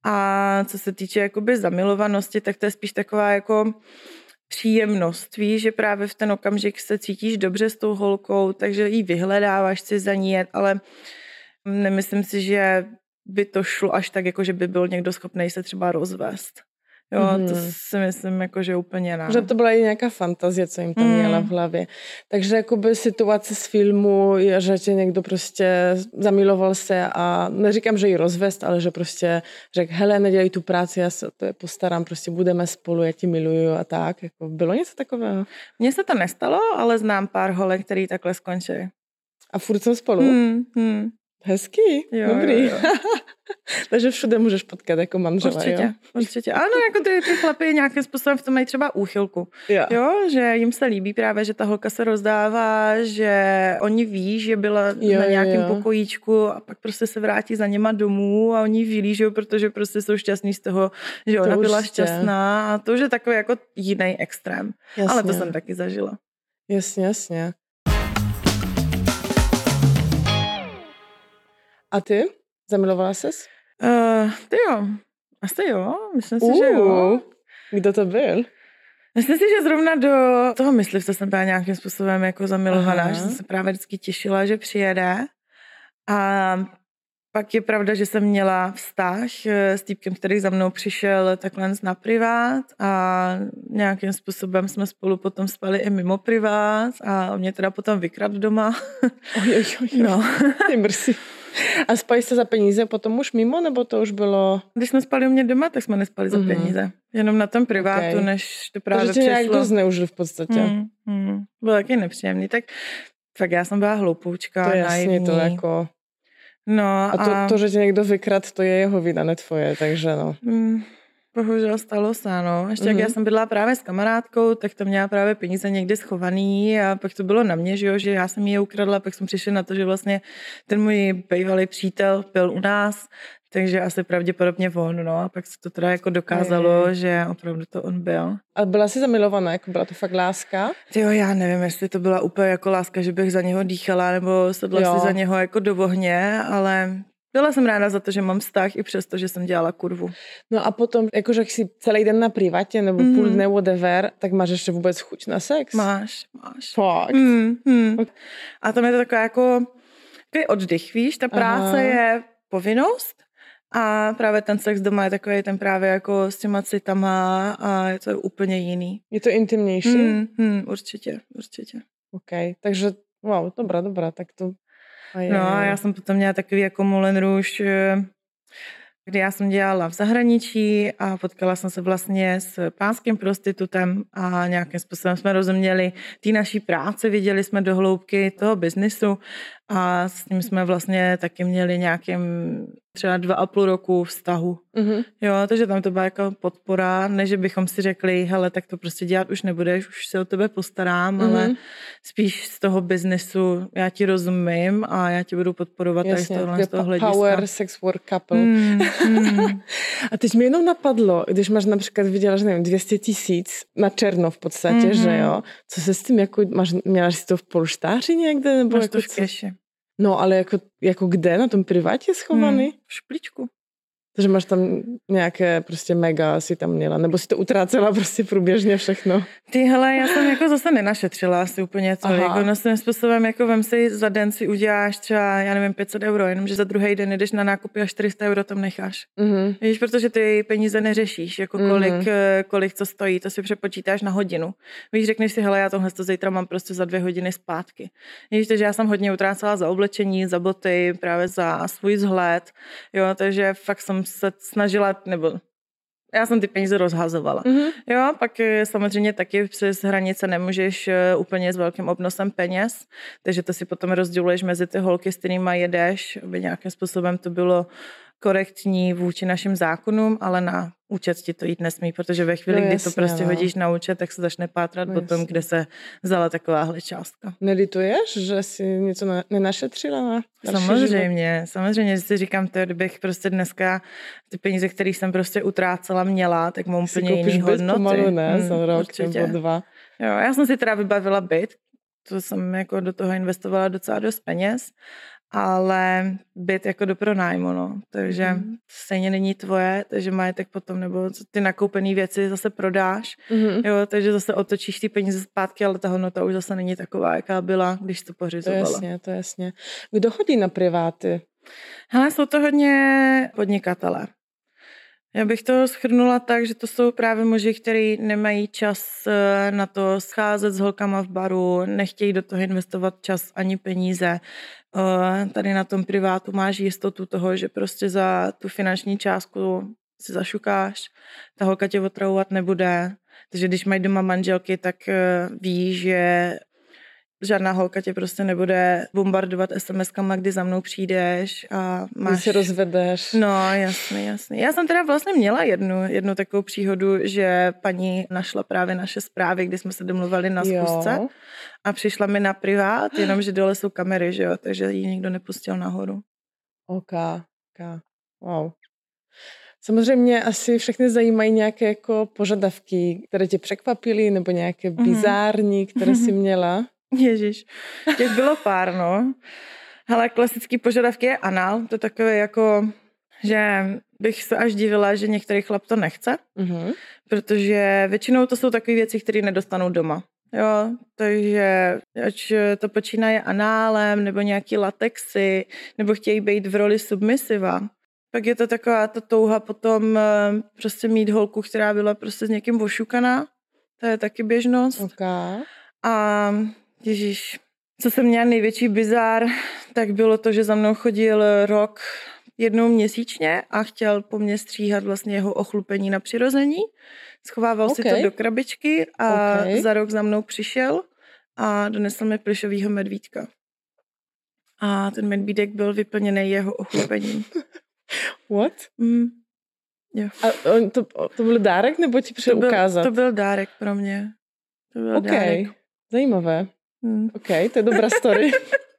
A co se týče jakoby zamilovanosti, tak to je spíš taková jako příjemnost. Víš, že právě v ten okamžik se cítíš dobře s tou holkou, takže ji vyhledáváš, si za ní jet, ale nemyslím si, že by to šlo až tak, jako že by byl někdo schopný se třeba rozvést. Jo, mm. to si myslím, jako, že úplně ne. Že to byla i nějaká fantazie, co jim tam mm. měla v hlavě. Takže jakoby situace z filmu je, že tě někdo prostě zamiloval se a neříkám, že ji rozvést, ale že prostě řekl, hele, nedělej tu práci, já se o to postarám, prostě budeme spolu, já ti miluju a tak. Jako, bylo něco takového? Mně se to nestalo, ale znám pár holek, který takhle skončí. A furt jsou spolu? Mm, mm. Hezký, jo, dobrý. Jo, jo. Takže všude můžeš potkat jako manžela, určitě, jo? Určitě. Ano, jako ty, ty chlapy nějakým způsobem v tom mají třeba úchylku. Jo. jo, že jim se líbí právě, že ta holka se rozdává, že oni ví, že byla jo, na nějakém jo. pokojíčku a pak prostě se vrátí za něma domů a oni ví, že jo, protože prostě jsou šťastní z toho, že ona to byla určitě. šťastná a to už je takový jako jiný extrém. Jasně. Ale to jsem taky zažila. Jasně, jasně. A ty? Zamilovala ses? Uh, ty jo. Asi jo. Myslím si, uh, že jo. Kdo to byl? Myslím si, že zrovna do toho myslivce jsem byla nějakým způsobem jako zamilovaná, Aha. že jsem se právě vždycky těšila, že přijede. A pak je pravda, že jsem měla vztah s týpkem, který za mnou přišel takhle na privát a nějakým způsobem jsme spolu potom spali i mimo privát a on mě teda potom vykradl doma. Oj, oj, oj. No. Mrzí. A spali jste za peníze potom už mimo, nebo to už bylo... Když jsme spali u mě doma, tak jsme nespali mm-hmm. za peníze. Jenom na tom privátu, okay. než to právě Takže tě nějak zneužili v podstatě. Mm, mm. Bylo taky nepříjemný. Tak fakt já jsem byla hloupoučka, to je jasný, naivní. To jako... No a, a... To, to, že tě někdo vykrad, to je jeho vina, ne tvoje, takže no. Mm. Bohužel stalo se, no. Ještě mm-hmm. jak já jsem bydlela právě s kamarádkou, tak to měla právě peníze někde schovaný a pak to bylo na mě, že jo, že já jsem ji je ukradla, pak jsem přišla na to, že vlastně ten můj bývalý přítel byl u nás, takže asi pravděpodobně on, no. A pak se to teda jako dokázalo, je. že opravdu to on byl. A byla jsi zamilovaná, jako byla to fakt láska? Jo, já nevím, jestli to byla úplně jako láska, že bych za něho dýchala, nebo sedla jo. si za něho jako do ohně, ale... Byla jsem ráda za to, že mám vztah i přesto, že jsem dělala kurvu. No a potom, jakože jak si celý den na privátě nebo mm. půl dne whatever, tak máš ještě vůbec chuť na sex? Máš, máš. Fakt? Mm, mm. A tam je to taková jako takový oddych, víš? Ta práce Aha. je povinnost a právě ten sex doma je takový ten právě jako s těma citama a je to úplně jiný. Je to intimnější? Mm, mm, určitě, určitě. OK, takže wow, dobrá, dobrá, tak to... A je, no a já jsem potom měla takový jako Moulin Rouge, kdy já jsem dělala v zahraničí a potkala jsem se vlastně s pánským prostitutem a nějakým způsobem jsme rozuměli té naší práce, viděli jsme do hloubky toho biznisu a s ním jsme vlastně taky měli nějakým třeba dva a půl roku vztahu. Mm-hmm. Jo, takže tam to byla jako podpora, ne, že bychom si řekli, hele, tak to prostě dělat už nebudeš, už se o tebe postarám, mm-hmm. ale spíš z toho biznesu já ti rozumím a já ti budu podporovat. Jasně, tady z tohohle, z toho hlediska. Power sex work couple. Mm, mm. A teď mi jenom napadlo, když máš například viděla, že nevím, dvě stě tisíc na černo v podstatě, mm-hmm. že jo, co se s tím, jako, máš, měla jsi to v polštáři někde? Nebo máš jako to v keši. No, ale jako, jako kde? Na tom privátě schovaný? Hmm, v špličku. Takže máš tam nějaké prostě mega si tam měla, nebo si to utrácela prostě průběžně všechno? Ty hele, já jsem jako zase nenašetřila asi úplně tolik. Jako no svým způsobem, jako vem si za den si uděláš třeba, já nevím, pět set euro, jenomže za druhý den jdeš na nákupy a čtyři sta euro tam necháš. Mm-hmm. Víš, protože ty peníze neřešíš, jako kolik, mm-hmm. kolik co stojí, to si přepočítáš na hodinu. Víš, řekneš si, hele, já tohle to zítra mám prostě za dvě hodiny zpátky. Víš, takže já jsem hodně utrácela za oblečení, za boty, právě za svůj vzhled, jo, takže fakt jsem se snažila, nebo já jsem ty peníze rozhazovala. Mm-hmm. Jo, pak samozřejmě taky přes hranice nemůžeš úplně s velkým obnosem peněz, takže to si potom rozděluješ mezi ty holky, s kterýma jedeš, aby nějakým způsobem to bylo korektní vůči našim zákonům, ale na účet ti to jít nesmí, protože ve chvíli, no, kdy jasně, to prostě no. hodíš na účet, tak se začne pátrat no, potom, kde se vzala takováhle částka. Nelituješ, že jsi něco nenašetřila na Samozřejmě, samozřejmě, že si říkám, to, kdybych prostě dneska ty peníze, které jsem prostě utrácela, měla, tak mám úplně jiný hodnoty. Pomalu, ne, hmm, za rok nebo dva. Jo, já jsem si teda vybavila byt, to jsem jako do toho investovala docela dost peněz, ale byt jako do pronájmu, no. Takže mm. stejně není tvoje, takže majetek potom, nebo ty nakoupené věci zase prodáš, mm. jo, takže zase otočíš ty peníze zpátky, ale ta hodnota už zase není taková, jaká byla, když to pořizovala. To jasně, to jasně. Kdo chodí na priváty? Hele, jsou to hodně podnikatelé. Já bych to shrnula tak, že to jsou právě muži, kteří nemají čas na to scházet s holkama v baru, nechtějí do toho investovat čas ani peníze. Tady na tom privátu máš jistotu toho, že prostě za tu finanční částku si zašukáš, ta holka tě otravovat nebude. Takže když mají doma manželky, tak ví, že žádná holka tě prostě nebude bombardovat es em eskama, kdy za mnou přijdeš a máš... Když se rozvedeš. No, jasný, jasný. Já jsem teda vlastně měla jednu, jednu takovou příhodu, že paní našla právě naše zprávy, kdy jsme se domluvali na schůzce a přišla mi na privát, jenomže dole jsou kamery, že jo, takže ji nikdo nepustil nahoru. Ok, ok, wow. Samozřejmě asi všechny zajímají nějaké jako požadavky, které tě překvapily, nebo nějaké bizární, které jsi měla. Ježiš, těch bylo pár, no. Hele, klasický požadavky je anál, to je takové jako, že bych se až divila, že některý chlap to nechce, mm-hmm. protože většinou to jsou takové věci, které nedostanou doma. Jo, takže ať to počínaje análem, nebo nějaký latexy, nebo chtějí být v roli submisiva. Pak je to taková ta touha potom prostě mít holku, která byla prostě s někým ošukaná. To je taky běžnost. Okay. A ježíš, co jsem měla největší bizár, tak bylo to, že za mnou chodil rok jednou měsíčně a chtěl po mně stříhat vlastně jeho ochlupení na přirození. Schovával okay. si to do krabičky a okay. za rok za mnou přišel a donesl mi plyšovýho medvídka. A ten medvídek byl vyplněný jeho ochlupením. What? Mm. Jo. A on to, to byl dárek, nebo ti přišel to byl, ukázat? To byl dárek pro mě. To byl okay. dárek. Zajímavé. Hmm. OK, to je dobrá story.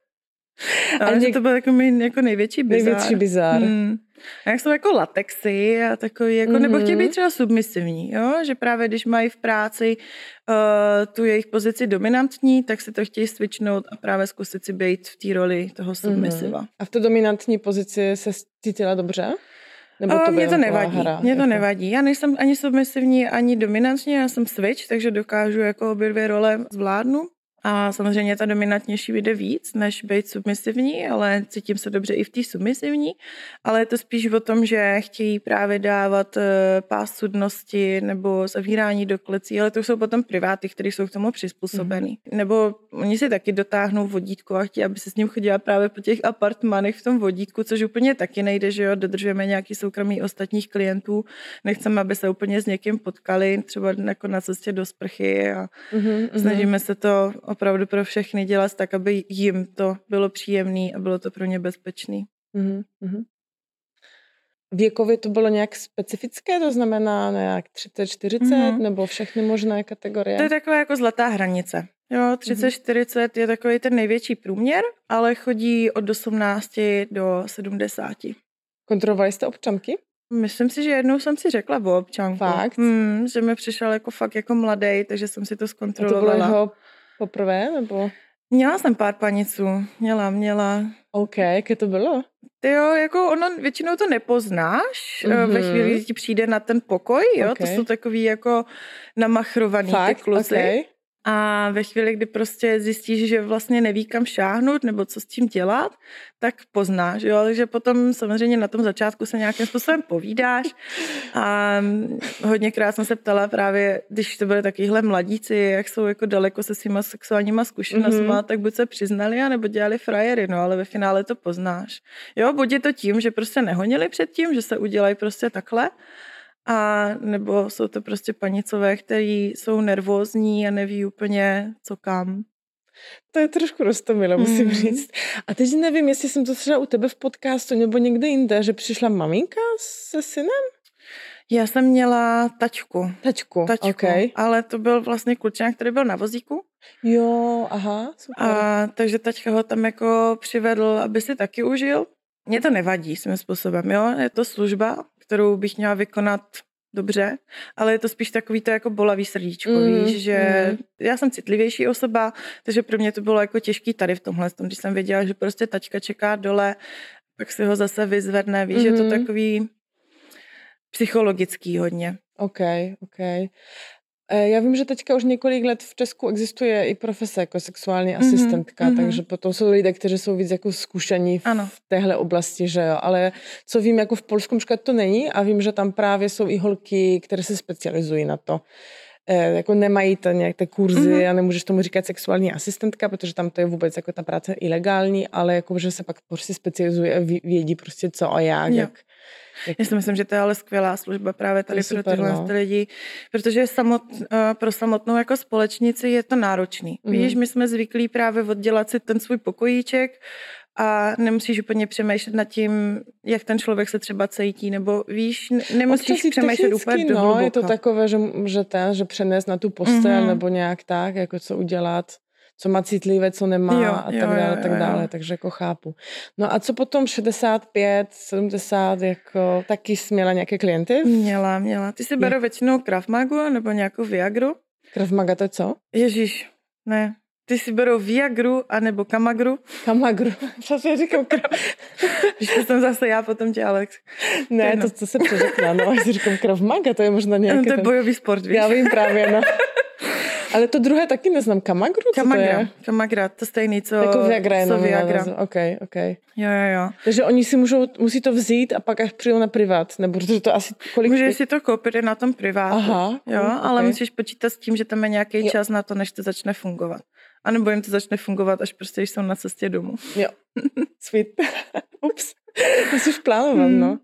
Ale něk... to byl jako, mý, jako největší bizár. Největší bizár. Hmm. A jak jsou jako latexy a takový, jako, mm-hmm. nebo chtějí být třeba submisivní, jo? Že právě když mají v práci uh, tu jejich pozici dominantní, tak si to chtějí switchnout a právě zkusit si být v té roli toho submisiva. Mm-hmm. A v té dominantní pozici se cítila dobře? Nebo to mě to nevadí, hra, mě to jako... nevadí. Já nejsem ani submisivní, ani dominantní, já jsem switch, takže dokážu jako obě dvě role zvládnu. A samozřejmě ta dominantnější vyjde víc, než být submisivní, ale cítím se dobře i v té submisivní. Ale je to spíš o tom, že chtějí právě dávat pás sudnosti nebo zavírání do klecí, ale to jsou potom priváty, které jsou k tomu přizpůsobený. Mm-hmm. Nebo oni si taky dotáhnou vodítko a chtějí, aby se s ním chodila právě po těch apartmanech v tom vodítku, což úplně taky nejde, že jo, dodržujeme nějaký soukromí ostatních klientů, nechceme, aby se úplně s někým potkali, třeba jako na cestě do sprchy a mm-hmm. snažíme se to opravdu pro všechny dělat tak, aby jim to bylo příjemné a bylo to pro ně bezpečné. Mm-hmm. Věkově to bylo nějak specifické, to znamená nějak třicet čtyřicet mm-hmm. nebo všechny možné kategorie? To je taková jako zlatá hranice. Jo, třicet čtyřicet mm-hmm. je takový ten největší průměr, ale chodí od osmnácti do sedmdesáti. Kontrolovali jste občanky? Myslím si, že jednou jsem si řekla o občanku. Fakt? Hmm, že mi přišel jako fakt jako mladej, takže jsem si to zkontrolovala. A to bylo jeho poprvé, nebo? Měla jsem pár paniců. Měla, měla. OK, jaké to bylo? Ty jo, jako ono, většinou to nepoznáš, mm-hmm. ve chvíli, kdy ti přijde na ten pokoj, jo, okay. To jsou takový jako namachrovaný ty kluci. Okay. A ve chvíli, kdy prostě zjistíš, že vlastně neví, kam šáhnout nebo co s tím dělat, tak poznáš, jo, takže potom samozřejmě na tom začátku se nějakým způsobem povídáš a hodněkrát jsem se ptala právě, když to byly takovýhle mladíci, jak jsou jako daleko se svýma sexuálníma zkušenostma, mm-hmm. tak buď se přiznali, anebo dělali frajery, no, ale ve finále to poznáš. Jo, buď je to tím, že prostě nehonili předtím, že se udělají prostě takhle, a nebo jsou to prostě panicové, který jsou nervózní a neví úplně, co kam. To je trošku roztomilé, musím mm. říct. A teď nevím, jestli jsem to třeba u tebe v podcastu nebo někde jinde, že přišla maminka se synem? Já jsem měla tačku. Tačku, tačku okay. Ale to byl vlastně klučák, který byl na vozíku. Jo, aha, super. A, takže tačka ho tam jako přivedl, aby si taky užil. Mně to nevadí svým způsobem, jo. Je to služba, kterou bych měla vykonat dobře, ale je to spíš takový to jako bolavý srdíčko, mm, víš, že mm. já jsem citlivější osoba, takže pro mě to bylo jako těžký tady v tomhle, když jsem věděla, že prostě tačka čeká dole, pak si ho zase vyzvedne, víš, mm. je to takový psychologický hodně. OK, OK. Já vím, že teďka už několik let v Česku existuje i profese jako sexuální mm-hmm, asistentka, mm-hmm. takže potom jsou lidé, kteří jsou víc jako zkušení v, v téhle oblasti, že jo, ale co vím, jako v Polsku to není a vím, že tam právě jsou i holky, které se specializují na to. E, jako nemají to nějaké ty kurzy mm-hmm. a nemůžeš tomu říkat sexuální asistentka, protože tam to je vůbec jako ta práce ilegální, ale jako, že se pak prostě specializuje a vědí prostě co a jak, jak Já si myslím, že to je ale skvělá služba právě tady pro tyhle no. lidi, protože samot, pro samotnou jako společnici je to náročný. Mm. Víš, my jsme zvyklí právě oddělat si ten svůj pokojíček a nemusíš úplně přemýšlet nad tím, jak ten člověk se třeba cítí, nebo víš, nemusíš přemýšlet úplně do hluboka. No, je to takové, že, že, ten, že přenést na tu postel, mm. nebo nějak tak, jako co udělat, co má citlivé, co nemá jo, a tak jo, dále, jo, tak dále, jo. Takže jako chápu. No a co potom šedesát pět, sedmdesát, jako taky jsi měla nějaké klienty? Měla, měla. Ty si berou většinou Krav Magu nebo nějakou Viagru. Krav Maga to je co? Ježíš, ne. Ty si berou Viagru anebo Kamagru. Kamagru. Přesně říkám Krav. Víš, to jsem zase já, potom tě Alex. Ne, to, co se přeřekla, no, až si říkám Krav Maga, to je možná nějaké... No, to je ten... bojový sport, víš. Já vím právě, no. Ale to druhé taky neznám. Kamagru? Co Kamagra. To je? Kamagra, to stejný, co, jako Viagra, co Viagra. Ok, ok. Jo, jo, jo. Takže oni si můžou, musí to vzít a pak až přijou na privát, nebo protože to asi kolik... Můžeš si to koupit na tom privátu. Aha. Jo, okay. Ale musíš počítat s tím, že tam je nějaký jo. čas na to, než to začne fungovat. A nebo jim to začne fungovat, až prostě jsou na cestě domů. Jo. Sweet. Ups. Musíš plánovat, hmm. no.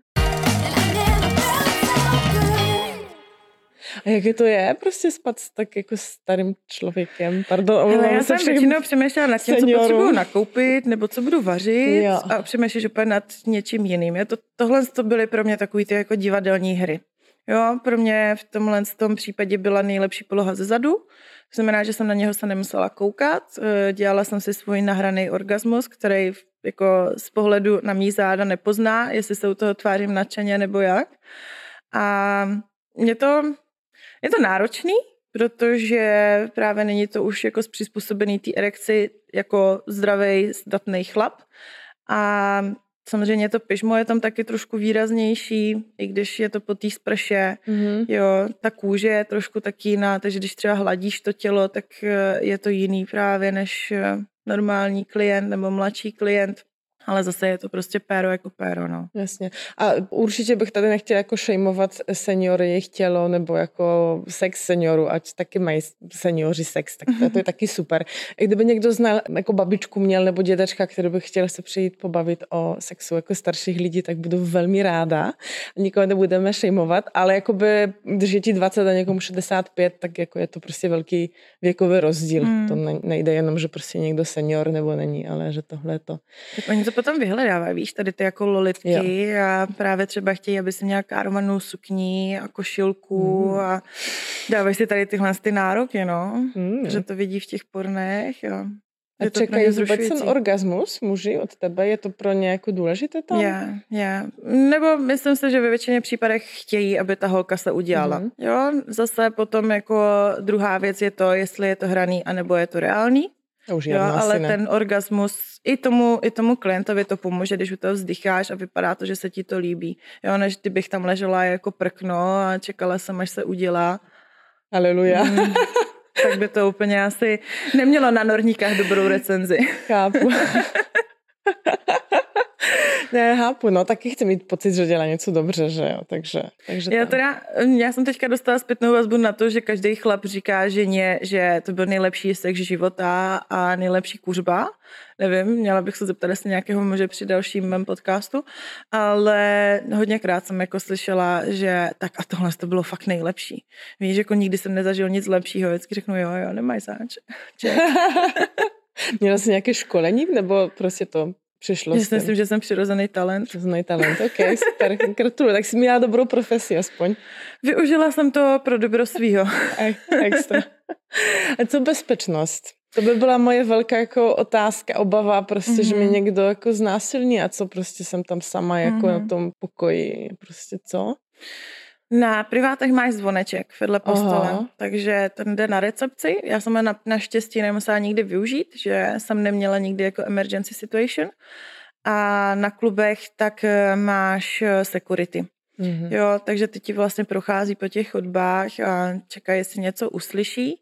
A jaké to je prostě spát s tak jako starým člověkem? Pardon, hele, já jsem většinou přemýšlela nad tím, seniorům. Co potřebuju nakoupit, nebo co budu vařit jo. a přemýšlíš úplně nad něčím jiným. Je to, tohle to byly pro mě takový ty jako divadelní hry. Jo, pro mě v tomhle tom případě byla nejlepší poloha ze zadu. To znamená, že jsem na něho se nemusela koukat. Dělala jsem si svůj nahraný orgasmus, který jako z pohledu na mý záda nepozná, jestli se u toho tvářím nadšeně nebo jak. A mě to... Je to náročný, protože právě není to už jako přizpůsobený té erekci jako zdravej, zdatnej chlap. A Samozřejmě to pyžmo je tam taky trošku výraznější, i když je to po té sprše, mm-hmm. jo, ta kůže je trošku taky jiná, takže když třeba hladíš to tělo, tak je to jiný právě než normální klient nebo mladší klient. Ale zase je to prostě péro jako péro, no. Jasně. A určitě bych tady nechtěla jako šejmovat seniory, jejich tělo, nebo jako sex seniorů, ať taky mají seniori sex, tak to, to je taky super. I kdyby někdo znal, jako babičku měl, nebo dědečka, který by chtěl se přijít pobavit o sexu jako starších lidí, tak budu velmi ráda. Nikoho nebudeme šejmovat, ale jakoby, když je ti dvacet a někomu šedesát pět, tak jako je to prostě velký věkový rozdíl. Mm. To nejde jenom, že prostě někdo senior nebo není, ale že tohle je to. Tak oni to potom vyhledávají, víš, tady ty jako lolitky jo. A právě třeba chtějí, aby si měla károvanou sukní a košilku mm. a dávají si tady tyhle ty nároky, no, mm. že to vidí v těch pornech. Jo. A čekají vůbec ten orgasmus muži od tebe? Je to pro ně jako důležité tam? Je, je. Nebo myslím si, že ve většině případech chtějí, aby ta holka se udělala. Mm. Jo, zase potom jako druhá věc je to, jestli je to hraný, anebo je to reálný. Jo, ale ne. Ten orgasmus i tomu, i tomu klientovi to pomůže, když u toho vzdycháš a vypadá to, že se ti to líbí. Jo, než kdybych tam ležela jako prkno a čekala jsem, až se udělá. Aleluja. Mm, tak by to úplně asi nemělo na Norníkách dobrou recenzi. Chápu. Ne, chápu, no, taky chci mít pocit, že dělá něco dobře, že jo, takže... takže já, teda, já jsem teďka dostala zpětnou vazbu na to, že každý chlap říká ženě, že to byl nejlepší sex života a nejlepší kuřba. Nevím, měla bych se zeptat, jestli nějakého muže při dalším mém podcastu, ale hodněkrát jsem jako slyšela, že tak a tohle to bylo fakt nejlepší. Víš, jako nikdy jsem nezažil nic lepšího, vždycky řeknu jo, jo, nemaj záč. Měla jsi nějaké školení, nebo prostě to... Přišlo Já si myslím, že jsem přirozený talent. Přirozený talent, ok, super, gratuluju. Tak jsi měla dobrou profesi aspoň. Využila jsem to pro dobro svýho. Extra. A co bezpečnost? To by byla moje velká jako otázka, obava prostě, mm-hmm. že mě někdo jako znásilní a co prostě jsem tam sama jako mm-hmm. na tom pokoji, prostě co? Na privátech máš zvoneček vedle postele, Aha. takže ten jde na recepci. Já jsem na, naštěstí nemusela nikdy využít, že jsem neměla nikdy jako emergency situation. A na klubech tak máš security. Mm-hmm. Jo, takže ty ti vlastně prochází po těch chodbách a čekají, jestli něco uslyší.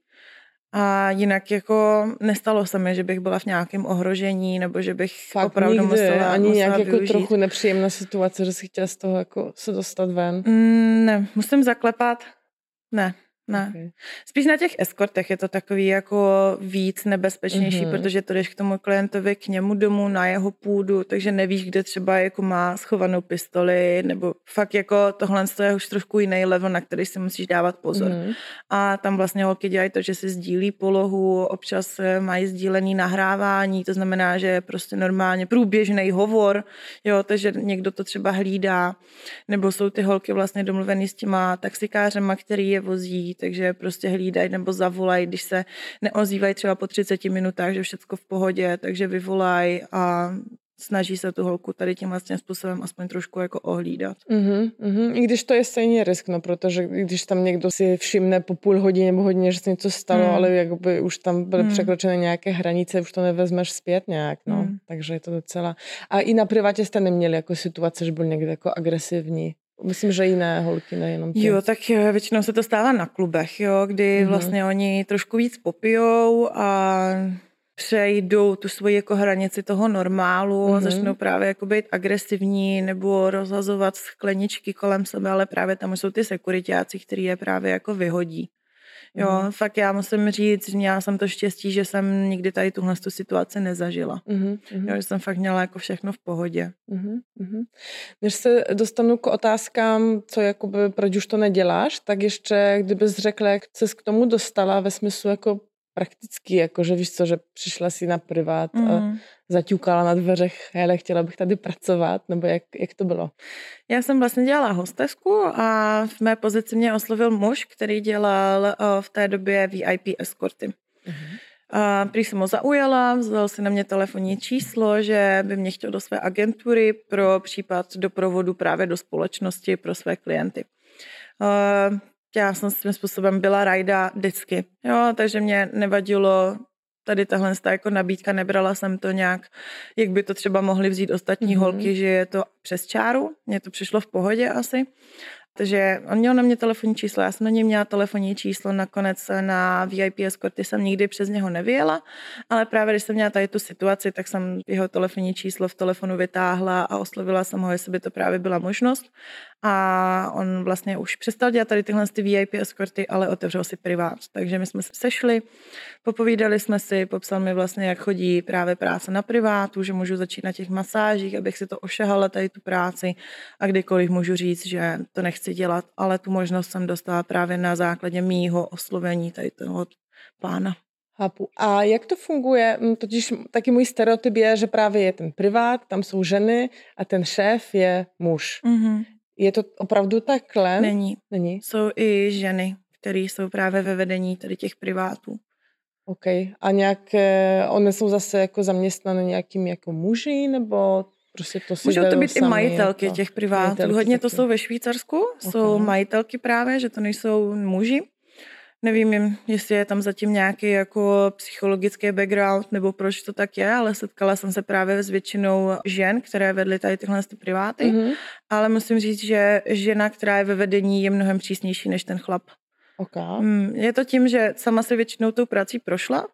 A jinak jako nestalo se mi, že bych byla v nějakém ohrožení, nebo že bych Fakt opravdu nikdy, musela ani musela nějak využít. Jako trochu nepříjemná situace, že si chtěla z toho jako se dostat ven? Mm, ne, musím zaklepat. Ne, ne. Okay. Spíš na těch eskortech je to takový jako víc nebezpečnější, mm-hmm. protože to jdeš k tomu klientovi, k němu domů, na jeho půdu, takže nevíš, kde třeba jako má schovanou pistoli, nebo fakt jako tohle je už trošku jiný level, na který si musíš dávat pozor. Mm-hmm. A tam vlastně holky dělají to, že si sdílí polohu, občas mají sdílený nahrávání, to znamená, že je prostě normálně průběžný hovor, jo, takže někdo to třeba hlídá, nebo jsou ty holky vlastně domluvený s těma taxikářema, který je vozí, takže prostě hlídají nebo zavolají, když se neozývají třeba po třiceti minutách, že všechno v pohodě, takže vyvolají a snaží se tu holku tady tím vlastně způsobem aspoň trošku jako ohlídat. Mm-hmm, mm-hmm. I když to je stejně risk, no, protože když tam někdo si všimne po půl hodině nebo hodině, že se něco stalo, mm. ale jakoby už tam byly mm. překročené nějaké hranice, už to nevezmeš zpět nějak, no. Mm. Takže je to docela... A i na privátě jste neměli jako situace, že byl někde jako agresivní? Myslím, že jiné holky, nejenom ty. Jo, tak většinou se to stává na klubech, jo, kdy mm-hmm. vlastně oni trošku víc popijou a přejdou tu svoji jako hranici toho normálu mm-hmm. a začnou právě jako být agresivní nebo rozhazovat skleničky kolem sebe, ale právě tam jsou ty sekuritáci, který je právě jako vyhodí. Jo, mm. fakt já musím říct, že měla jsem to štěstí, že jsem nikdy tady tuhle tu situaci nezažila. Mm. Jo, že jsem fakt měla jako všechno v pohodě. Mm. Mm. Než se dostanu k otázkám, co jakoby, proč už to neděláš, tak ještě kdybys řekla, jak ses k tomu dostala ve smyslu jako prakticky, jako že víš co, že přišla si na privát mm. a zaťukala na dveřech, hele, chtěla bych tady pracovat, nebo jak, jak to bylo? Já jsem vlastně dělala hostesku a v mé pozici mě oslovil muž, který dělal v té době V I P eskorty. Mm. A prý jsem ho zaujala, vzal si na mě telefonní číslo, že by mě chtěl do své agentury pro případ doprovodu právě do společnosti pro své klienty. Uh, Já jsem svým způsobem byla rajda vždycky, jo, takže mě nevadilo tady tahle jako nabídka, nebrala jsem to nějak, jak by to třeba mohly vzít ostatní mm-hmm. holky, že je to přes čáru, mně to přišlo v pohodě asi. Takže on měl na mě telefonní číslo, já jsem na něj měla telefonní číslo, nakonec na V I P eskorty jsem nikdy přes něho nevyjela, ale právě když jsem měla tady tu situaci, tak jsem jeho telefonní číslo v telefonu vytáhla a oslovila jsem ho, jestli by to právě byla možnost. A on vlastně už přestal dělat tady tyhle ty V I P eskorty, ale otevřel si privát. Takže my jsme se sešli, popovídali jsme si, popsal mi vlastně, jak chodí právě práce na privátu, že můžu začít na těch masážích, abych si to ošahala tady tu práci a kdykoliv můžu říct, že to nechci dělat, ale tu možnost jsem dostala právě na základě mýho oslovení tady toho pána. Chápu. A jak to funguje? Totiž taky můj stereotyp je, že právě je ten privát, tam jsou ženy a ten šéf je muž. Mm-hmm. Je to opravdu takhle? Není. Není. Jsou i ženy, které jsou právě ve vedení tady těch privátů. OK. A nějak, oni jsou zase jako zaměstnané nějakým jako muži, nebo prostě to si můžou to být sami, i majitelky jako, těch privátů. majitelky Hodně taky. to jsou ve Švýcarsku, Okay. jsou majitelky právě, že to nejsou muži. Nevím, jestli je tam zatím nějaký jako psychologický background, nebo proč to tak je, ale setkala jsem se právě s většinou žen, které vedly tady tyhle ty priváty. Mm-hmm. Ale musím říct, že žena, která je ve vedení, je mnohem přísnější než ten chlap. Okay. Je to tím, že sama se většinou tou prací prošla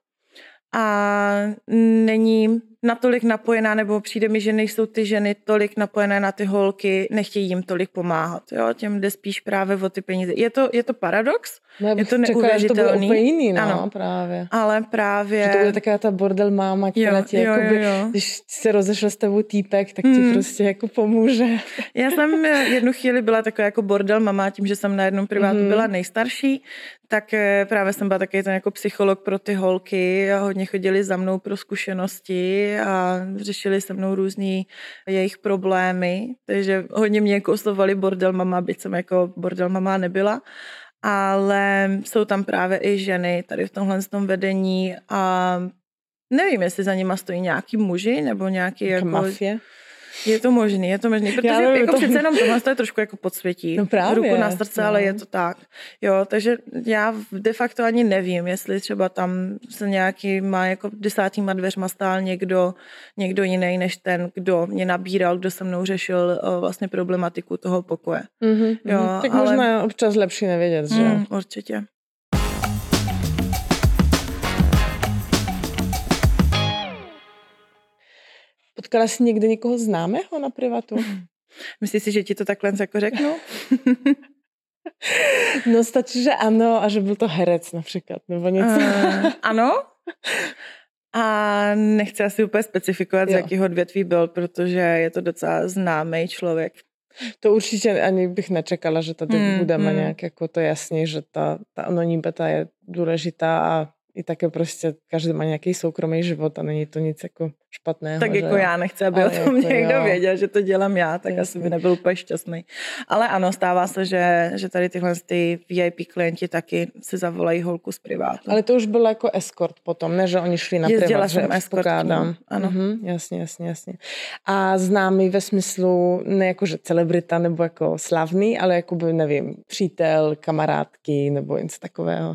a není natolik napojená, nebo přijde mi, že nejsou ty ženy tolik napojené na ty holky, nechtějí jim tolik pomáhat. Jo? Těm jde spíš právě o ty peníze. Je to, je to paradox, no, je to neuvěřitelný. Že to bude úplně jiný, no, ano, právě. Ale právě... Že to bude taková ta bordel máma, která jo, ti jo, jakoby, jo, jo. když se rozešel s tebou týpek, tak ti hmm. prostě jako pomůže. Já jsem jednu chvíli byla taková jako bordel mama, tím, že jsem na jednom privátu hmm. byla nejstarší, tak právě jsem byla takový ten jako psycholog pro ty holky a hodně chodili za mnou pro zkušenosti a řešili se mnou různý jejich problémy, takže hodně mě jako oslovovali bordel mama, byť jsem jako bordel mama nebyla, ale jsou tam právě i ženy tady v tomhle tom vedení a nevím, jestli za nima stojí nějaký muži nebo nějaký jako... mafie? Je to možný, je to možný, protože já nevím, jako to... přece jenom tohle to je trošku jako podsvětí. No právě. Ruku na srdce, no. Ale je to tak. Jo, takže já de facto ani nevím, jestli třeba tam se nějaký má jako desátýma dveřma stál někdo, někdo jiný než ten, kdo mě nabíral, kdo se mnou řešil vlastně problematiku toho pokoje. Mm-hmm, jo, tak ale... možná občas lepší nevědět, že? Mm, určitě. Potkala jsi někdy někoho známého na privatu? Myslíš si, že ti to takhle jako řeknu? No stačí, že ano a že byl to herec například, nebo něco. Uh, ano. A nechci asi úplně specifikovat, jo. z jakého odvětví byl, protože je to docela známý člověk. To určitě ani bych nečekala, že tady mm, budeme mm. nějak jako to jasně, že ta, ta anonymita je důležitá a i také prostě každý má nějaký soukromý život a není to nic jako špatného. Tak že jako jo? já nechci, aby ale o tom jako někdo jo. věděl, že to dělám já, tak Jasně. asi by nebyl úplně šťastný. Ale ano, stává se, že, že tady tyhle ty V I P klienti taky si zavolají holku z privátu. Ale to už bylo jako escort potom, ne, že oni šli na Jezdila privat, že escortkou. Ano. Mhm, jasně, jasně, jasně. A známý ve smyslu, ne jako, že celebrita nebo jako slavný, ale jako by, nevím, přítel, kamarádky nebo něco takového.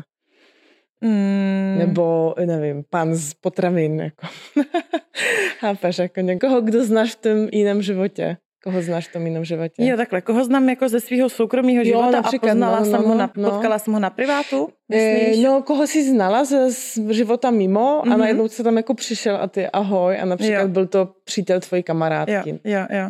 Mm. Nebo, nevím, pan z potravin, jako. Chápeš, jako někoho, kdo znáš v tom jiném životě. Koho znáš v tom jiném životě? Jo, takhle. Koho znám jako ze svého soukromého života a poznala no, jsem no, ho, na, no. potkala jsem ho na privátu, myslíš? No, koho jsi znala ze života mimo mm-hmm. a najednou se tam jako přišel a ty ahoj a například jo. byl to přítel tvojí kamarádky. Jo, jo, jo.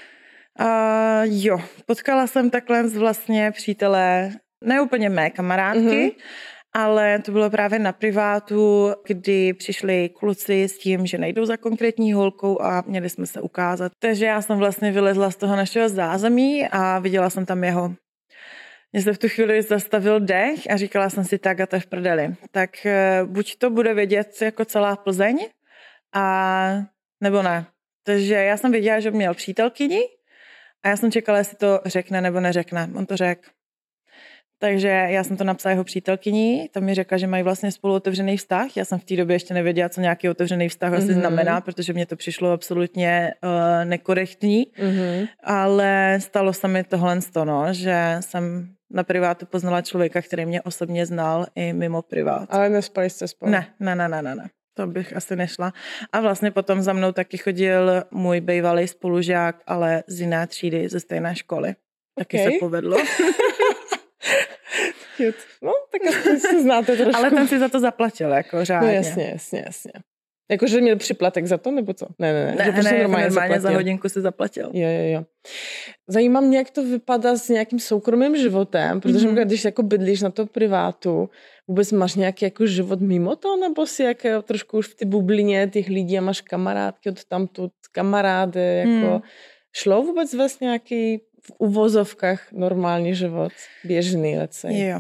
A jo, potkala jsem takhle vlastně přítele, ne úplně mé kamarádky, mm-hmm. ale to bylo právě na privátu, kdy přišli kluci s tím, že nejdou za konkrétní holkou a měli jsme se ukázat. Takže já jsem vlastně vylezla z toho našeho zázemí a viděla jsem tam jeho. Mně se v tu chvíli zastavil dech a říkala jsem si tak a to je v prdeli. Tak buď to bude vědět jako celá Plzeň, a nebo ne. Takže já jsem věděla, že měl přítelkyni a já jsem čekala, jestli to řekne nebo neřekne. On to řekl. Takže já jsem to napsala jeho přítelkyni, tam mi řekla, že mají vlastně spolu otevřený vztah. Já jsem v té době ještě nevěděla, co nějaký otevřený vztah asi mm-hmm. znamená, protože mě to přišlo absolutně uh, nekorektní. Mm-hmm. Ale stalo se mi tohle z toho, no, že jsem na privátu poznala člověka, který mě osobně znal i mimo privát. Ale nespali jste spolu? Ne, ne, ne, ne, ne. To bych asi nešla. A vlastně potom za mnou taky chodil můj bývalý spolužák, ale z jiné třídy, ze stejné školy. Taky okay. se povedlo. Cute. No, tak aspoň se znáte trošku. Ale ten si za to zaplatil, jako řádně. No jasně, jasně, jasně. Jakože měl připlatek za to, nebo co? Ne, ne, ne. Ne, že prostě ne normálně, normálně za hodinku si zaplatil. Jo, jo, jo. Zajímá mě, jak to vypadá s nějakým soukromým životem, protože mm-hmm. když jako bydlíš na to privátu, vůbec máš nějaký jako život mimo to, nebo si jak trošku už v té bublině těch lidí a máš kamarádky od tamtud, kamarády, jako mm. šlo vůbec vést nějaký v uvozovkách normální život, běžný, let's say. Jo.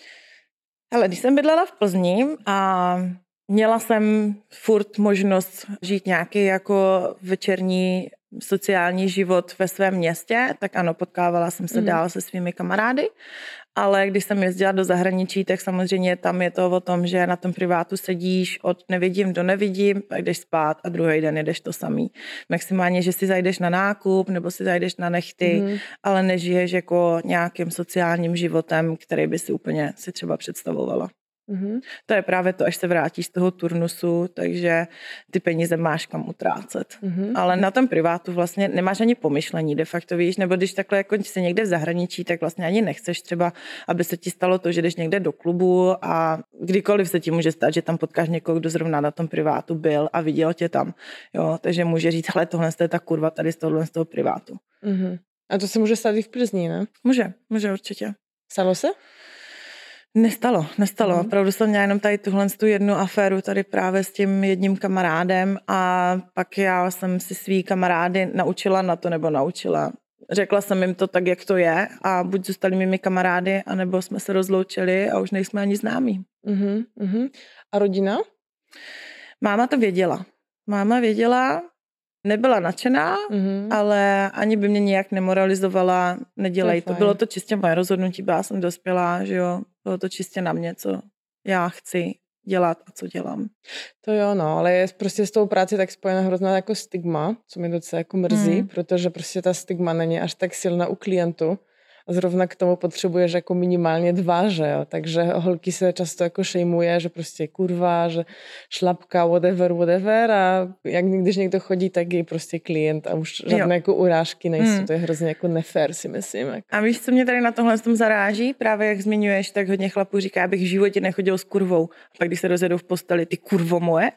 Hele, když jsem bydlela v Plzni a měla jsem furt možnost žít nějaký jako večerní sociální život ve svém městě, tak ano, potkávala jsem se mm. dál se svými kamarády, ale když jsem jezdila do zahraničí, tak samozřejmě tam je to o tom, že na tom privátu sedíš od nevidím do nevidím, pak jdeš spát a druhý den jedeš to samý. Maximálně, že si zajdeš na nákup nebo si zajdeš na nechty, mm. ale nežiješ jako nějakým sociálním životem, který by si úplně si třeba představovala. Mm-hmm. To je právě to, až se vrátíš z toho turnusu, takže ty peníze máš kam utrácet. Mm-hmm. Ale na tom privátu vlastně nemáš ani pomyšlení de facto, víš, nebo když takhle jako jsi někde v zahraničí, tak vlastně ani nechceš třeba, aby se ti stalo to, že jdeš někde do klubu a kdykoliv se ti může stát, že tam potkáš někoho, kdo zrovna na tom privátu byl a viděl tě tam. Jo, takže může říct, hele, tohle je ta kurva tady z tohohle z toho privátu. Mm-hmm. A to se může stát i v Plzni, ne? Může, může určitě. Stalo se? Nestalo, nestalo. Mm. Opravdu jsem měla jenom tady tuhle tu jednu aféru tady právě s tím jedním kamarádem a pak já jsem si svý kamarády naučila na to, nebo naučila. Řekla jsem jim to tak, jak to je a buď zůstali mými kamarády, anebo jsme se rozloučili a už nejsme ani známí. Mm-hmm, mm-hmm. A rodina? Máma to věděla. Máma věděla, nebyla nadšená, mm-hmm. ale ani by mě nějak nemoralizovala, nedělej to. to. Bylo to čistě moje rozhodnutí, byla jsem dospělá, že jo. Bylo to čistě na mě, co já chci dělat a co dělám. To jo, no, ale je prostě s tou práci tak spojená hrozná jako stigma, co mě docela jako mrzí, mm. protože prostě ta stigma není až tak silná u klientů. A zrovna k tomu potřebuješ jako minimálně dva, že jo, takže holky se často jako šejmuje, že prostě kurva, že šlapka, whatever, whatever a jak když někdo chodí, tak je prostě klient a už žádné jo. jako urážky nejsou, hmm. to je hrozně jako nefér, si myslím. Jako. A víš, co mě tady na tomhle tom zaráží? Právě jak zmiňuješ, tak hodně chlapů říká, abych v životě nechodil s kurvou. A pak když se rozjedou v posteli, ty kurvo moje.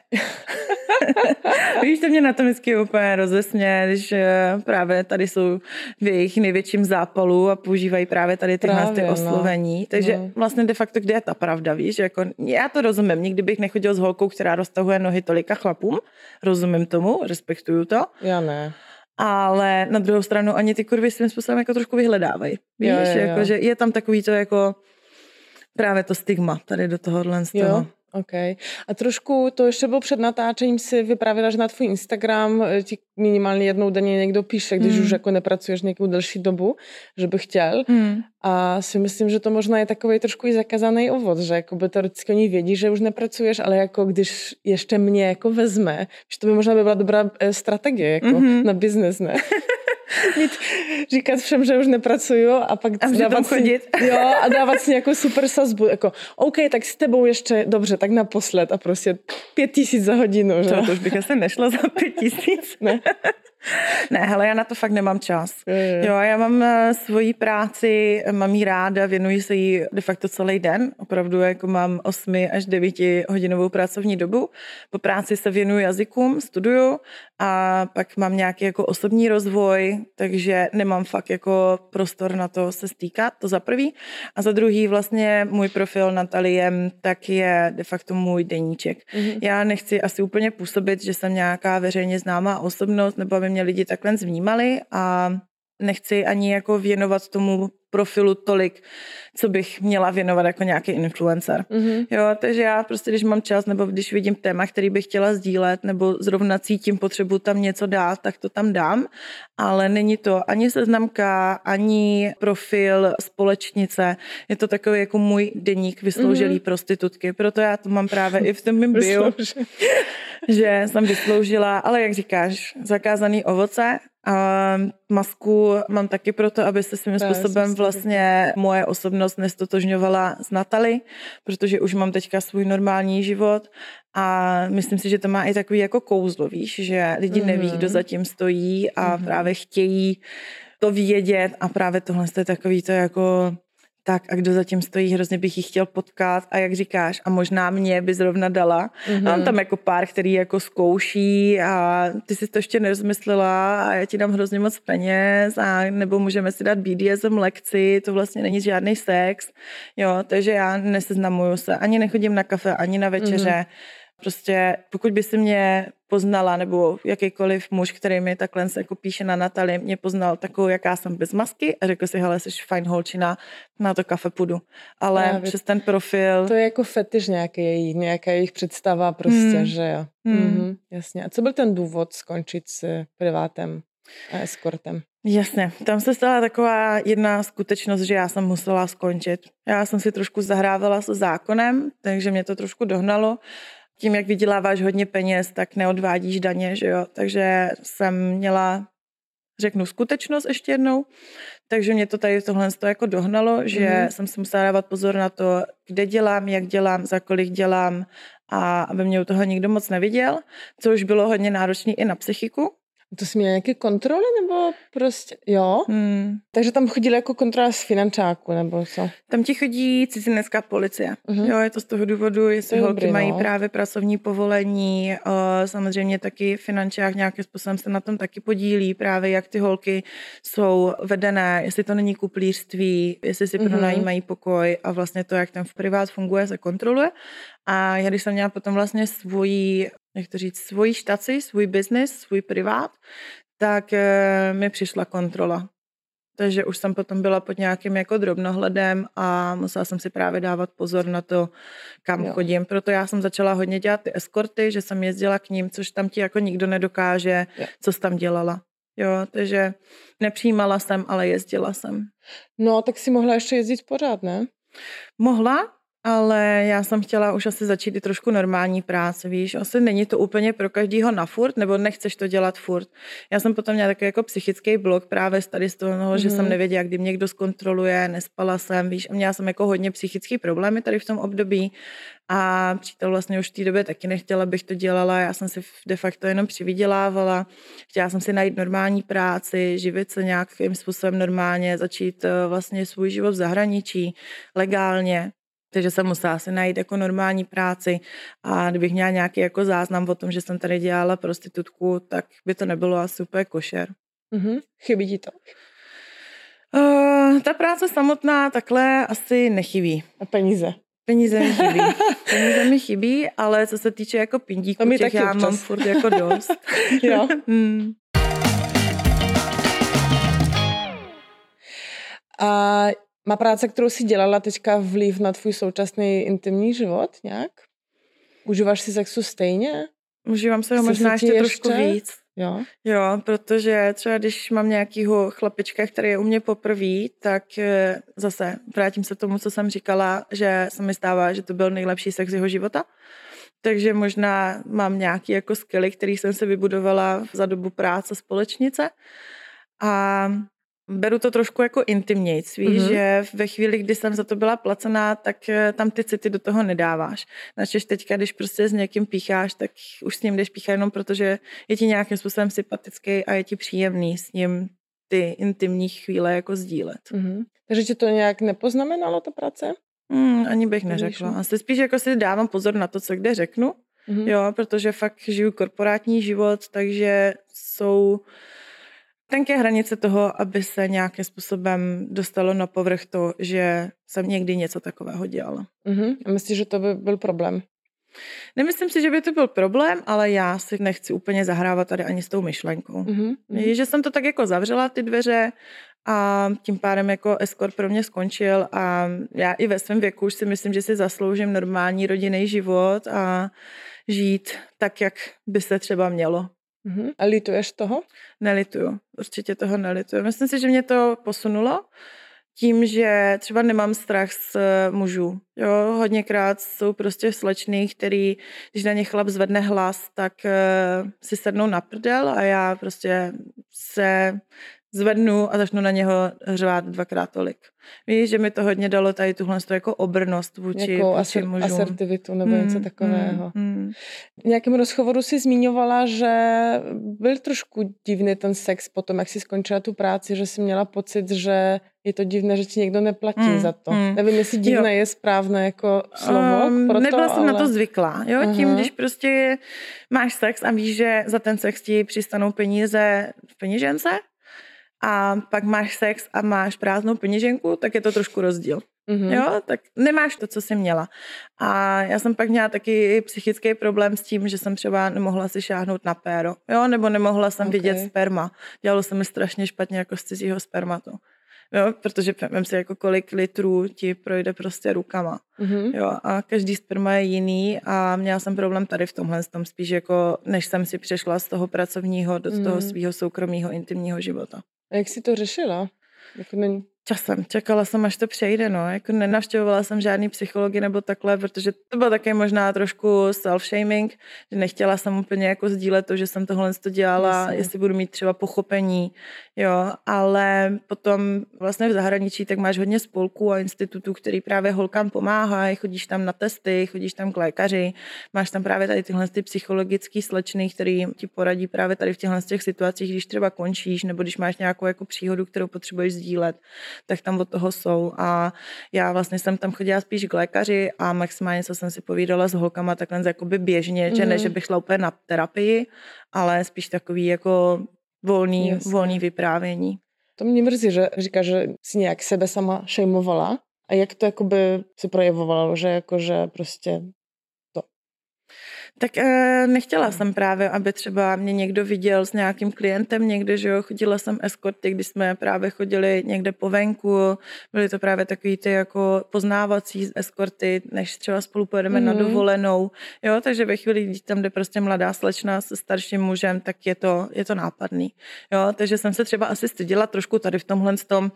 Víš, to mě na tom vždycky úplně rozesmě, když právě tady jsou v jejich největším zápalu a používají právě tady tyhle právě, ty oslovení. No. Takže no. vlastně de facto, kde je ta pravda, víš? Jako, já to rozumím, nikdy bych nechodil s holkou, která roztahuje nohy tolika chlapům. Rozumím tomu, respektuju to. Já ne. Ale na druhou stranu ani ty kurvy svým způsobem jako trošku vyhledávají. Víš, jo, jo, jo. Jako, že je tam takový to jako právě to stigma tady do tohohle z toho. Jo. OK. A trošku to ještě bylo před natáčením, si vyprávěla, že na tvůj Instagram ti minimálně jednou denně někdo píše, když mm. už jako nepracuješ nějakou delší dobu, že by chtěl. Mm. A si myslím, že to možná je takový trošku i zakazaný ovoc, že jako by teoreticky oni vědí, že už nepracuješ, ale jako když ještě mě jako vezme, že to by možná by byla dobrá strategie jako mm-hmm. na biznes, ne? Mít, říkat všem, že už nepracuju a pak a dávat si, chodit. Jo, a dávat si nějakou super sazbu. Jako, OK, tak s tebou ještě, dobře, tak naposled a prostě pět tisíc za hodinu. Že? To, to už bych asi nešla za pět tisíc. Ne. Ne, hele, já na to fakt nemám čas. Je, je. Jo, já mám uh, svoji práci, mám jí ráda, věnuji se jí de facto celý den. Opravdu jako mám osmi až devíti hodinovou pracovní dobu. Po práci se věnuji jazykům, studuju a pak mám nějaký jako osobní rozvoj, takže nemám fakt jako prostor na to se stýkat, to za prvý. A za druhý vlastně můj profil Nataliem tak je de facto můj deníček. Mm-hmm. Já nechci asi úplně působit, že jsem nějaká veřejně známá osobnost, nebo aby mě lidi takhle vnímali a nechci ani jako věnovat tomu profilu tolik, co bych měla věnovat jako nějaký influencer. Mm-hmm. Jo, takže já prostě, když mám čas, nebo když vidím téma, který bych chtěla sdílet, nebo zrovna cítím potřebu tam něco dát, tak to tam dám, ale není to ani seznamka, ani profil společnice. Je to takový jako můj deník vysloužilý mm-hmm. prostitutky, proto já to mám právě i v tom mým bio, že jsem vysloužila, ale jak říkáš, zakázaný ovoce. A masku mám taky proto, aby se svým způsobem vlastně moje osobnost nestotožňovala s Natalie, protože už mám teďka svůj normální život a myslím si, že to má i takový jako kouzlo, víš, že lidi neví, mm-hmm. kdo zatím stojí a mm-hmm. právě chtějí to vědět a právě tohle je takový to jako tak a kdo zatím stojí, hrozně bych jí chtěl potkat a jak říkáš, a možná mě by zrovna dala. Mm-hmm. Mám tam jako pár, který jako zkouší a ty jsi to ještě nerozmyslela a já ti dám hrozně moc peněz a nebo můžeme si dát B D S M lekci, to vlastně není žádný sex, jo, takže já neseznamuju se, ani nechodím na kafe, ani na večeře. Mm-hmm. Prostě pokud by si mě poznala, nebo jakýkoliv muž, který mi takhle se jako píše na Natalie, mě poznal takovou, jaká jsem bez masky a řekl si, hele, jsi fajn holčina, na to kafe půjdu. Ale právě přes ten profil... To je jako fetiš nějaký její, nějaká jejich představa prostě, hmm. že jo. Hmm. Mhm, jasně. A co byl ten důvod skončit s privátem a eskortem? Jasně, tam se stala taková jedna skutečnost, že já jsem musela skončit. Já jsem si trošku zahrávala se zákonem, takže mě to trošku dohnalo. Tím, jak vyděláváš hodně peněz, tak neodvádíš daně, že jo. Takže jsem měla, řeknu, skutečnost ještě jednou. Takže mě to tady tohle jako dohnalo, že mm. jsem si musela dávat pozor na to, kde dělám, jak dělám, za kolik dělám a aby mě u toho nikdo moc neviděl, což bylo hodně náročné i na psychiku. To jsi měla nějaké kontroly, nebo prostě, jo? Hmm. Takže tam chodila jako kontrola z finančáku, nebo co? Tam ti chodí cizinecká policie. Uh-huh. Jo, je to z toho důvodu, jestli holky dobrý, mají no. právě pracovní povolení, o, samozřejmě taky finančák nějakým způsobem se na tom taky podílí, právě jak ty holky jsou vedené, jestli to není kuplířství, jestli si uh-huh. pronajímají pokoj a vlastně to, jak ten v privát funguje, se kontroluje. A já když jsem měla potom vlastně svoji, jak to říct, svoji štaci, svůj biznis, svůj privát, tak e, mi přišla kontrola. Takže už jsem potom byla pod nějakým jako drobnohledem a musela jsem si právě dávat pozor na to, kam jo. chodím. Proto já jsem začala hodně dělat ty eskorty, že jsem jezdila k ním, což tam ti jako nikdo nedokáže, jo. co jsi tam dělala. Jo, takže nepřijímala jsem, ale jezdila jsem. No, tak si mohla ještě jezdit pořád, ne? Mohla, ale já jsem chtěla už asi začít i trošku normální práce, víš. Asi není to úplně pro každýho na furt, nebo nechceš to dělat furt. Já jsem potom měla takový jako psychický blok právě tady z toho, mm-hmm. že jsem nevěděla, kdy mě kdo zkontroluje, nespala jsem, víš. A měla jsem jako hodně psychický problémy tady v tom období a přítel vlastně už v té době taky nechtěla, abych to dělala. Já jsem si de facto jenom přivydělávala. Chtěla jsem si najít normální práci, živit se nějakým způsobem normálně, začít vlastně svůj život v zahraničí, legálně. Takže jsem musela si najít jako normální práci a kdybych měla nějaký jako záznam o tom, že jsem tady dělala prostitutku, tak by to nebylo asi úplně košer. Mm-hmm. Chybí ti to? Uh, ta práce samotná takhle asi nechybí. A peníze? Peníze mi chybí. Peníze mi chybí, ale co se týče jako pindíků, těch já občas. Mám furt jako dost. Jo. hmm. A má práce, kterou jsi dělala teďka vliv na tvůj současný intimní život nějak? Užíváš si sexu stejně? Užívám se ho možná ještě, ještě trošku víc. Jo? Jo, protože třeba když mám nějakýho chlapička, který je u mě poprvé, tak zase vrátím se tomu, co jsem říkala, že se mi stává, že to byl nejlepší sex jeho života. Takže možná mám nějaký jako skilly, který jsem se vybudovala za dobu práce společnice. A beru to trošku jako intimnějc, víš, mm-hmm. že ve chvíli, kdy jsem za to byla placená, tak tam ty city do toho nedáváš. Načež teďka, když prostě s někým pícháš, tak už s ním jdeš píchat jenom protože je ti nějakým způsobem sympatický a je ti příjemný s ním ty intimní chvíle jako sdílet. Mm-hmm. Takže ti to nějak nepoznamenalo, ta práce? Mm, ani bych neřekla. Asi spíš jako si dávám pozor na to, co kde řeknu, mm-hmm. jo, protože fakt žiju korporátní život, takže jsou tenké hranice toho, aby se nějakým způsobem dostalo na povrch to, že jsem někdy něco takového dělala. Uh-huh. A myslíš, že to by byl problém? Nemyslím si, že by to byl problém, ale já si nechci úplně zahrávat tady ani s tou myšlenkou. Uh-huh. Je, že jsem to tak jako zavřela ty dveře a tím pádem jako escort pro mě skončil a já i ve svém věku už si myslím, že si zasloužím normální rodinný život a žít tak, jak by se třeba mělo. Uh-huh. A lituješ toho? Nelituju, určitě toho nelituju. Myslím si, že mě to posunulo tím, že třeba nemám strach z mužů. Jo, hodněkrát jsou prostě slečný, který, když na ně chlap zvedne hlas, tak uh, si sednou na prdel a já prostě se zvednu a začnu na něho řvát dvakrát tolik. Víš, že mi to hodně dalo tady tuhle jako obrnost vůči, jako vůči aser, mužům. asertivitu nebo hmm, něco takového. Hmm, hmm. V nějakém rozhovoru si zmiňovala, že byl trošku divný ten sex potom, jak si skončila tu práci, že si měla pocit, že je to divné, že ti někdo neplatí hmm, za to. Hmm. Nevím, jestli divné jo. je správné jako slovo. Um, proto, nebyla jsem ale... na to zvyklá. Jo? Aha. Tím, když prostě máš sex a víš, že za ten sex ti přistanou peníze v peněžence a pak máš sex a máš prázdnou peněženku, tak je to trošku rozdíl. Mm-hmm. Jo, tak nemáš to, co jsi měla. A já jsem pak měla taky psychický problém s tím, že jsem třeba nemohla si šáhnout na péro, jo, nebo nemohla jsem okay. vidět sperma. Dělalo se mi strašně špatně jako z cizího spermatu. Jo, protože vem si jako kolik litrů ti projde prostě rukama. Mm-hmm. Jo, a každý sperma je jiný a měla jsem problém tady v tomhle, tom spíš jako, než jsem si přešla z toho pracovního do mm-hmm. toho svého soukromého intimního života. A jak jsi to řešila? Jako není... Časem. Čekala jsem, až to přejde, no. Jako nenavštěvovala jsem žádný psychologi nebo takhle, protože to bylo také možná trošku self-shaming, že nechtěla jsem úplně jako sdílet to, že jsem tohle to dělala, Jasně. jestli budu mít třeba pochopení, jo, ale potom vlastně v zahraničí tak máš hodně spolků a institutů, který právě holkám pomáhají, chodíš tam na testy, chodíš tam k lékaři, máš tam právě tady tyhle ty psychologický slečny, který ti poradí právě tady v těchhle těch situacích, když třeba končíš, nebo když máš nějakou jako příhodu, kterou potřebuješ sdílet, tak tam od toho jsou a já vlastně jsem tam chodila spíš k lékaři a maximálně co jsem si povídala s holkama takhle jakoby běžně, mm. že ne, že bych šla úplně na terapii, ale spíš takový jako volný, Jasně. volný vyprávění. To mě mrzí, že říkáš, že si nějak sebe sama šejmovala a jak to jakoby se projevovalo, že jakože prostě Tak e, nechtěla jsem právě, aby třeba mě někdo viděl s nějakým klientem někde, že jo, chodila jsem eskorty, když jsme právě chodili někde po venku, byly to právě takový ty jako poznávací eskorty, než třeba spolu pojedeme mm. na dovolenou, jo, takže ve chvíli, když tam jde prostě mladá slečna se starším mužem, tak je to, je to nápadný, jo, takže jsem se třeba asi styděla trošku tady v tomhle tom,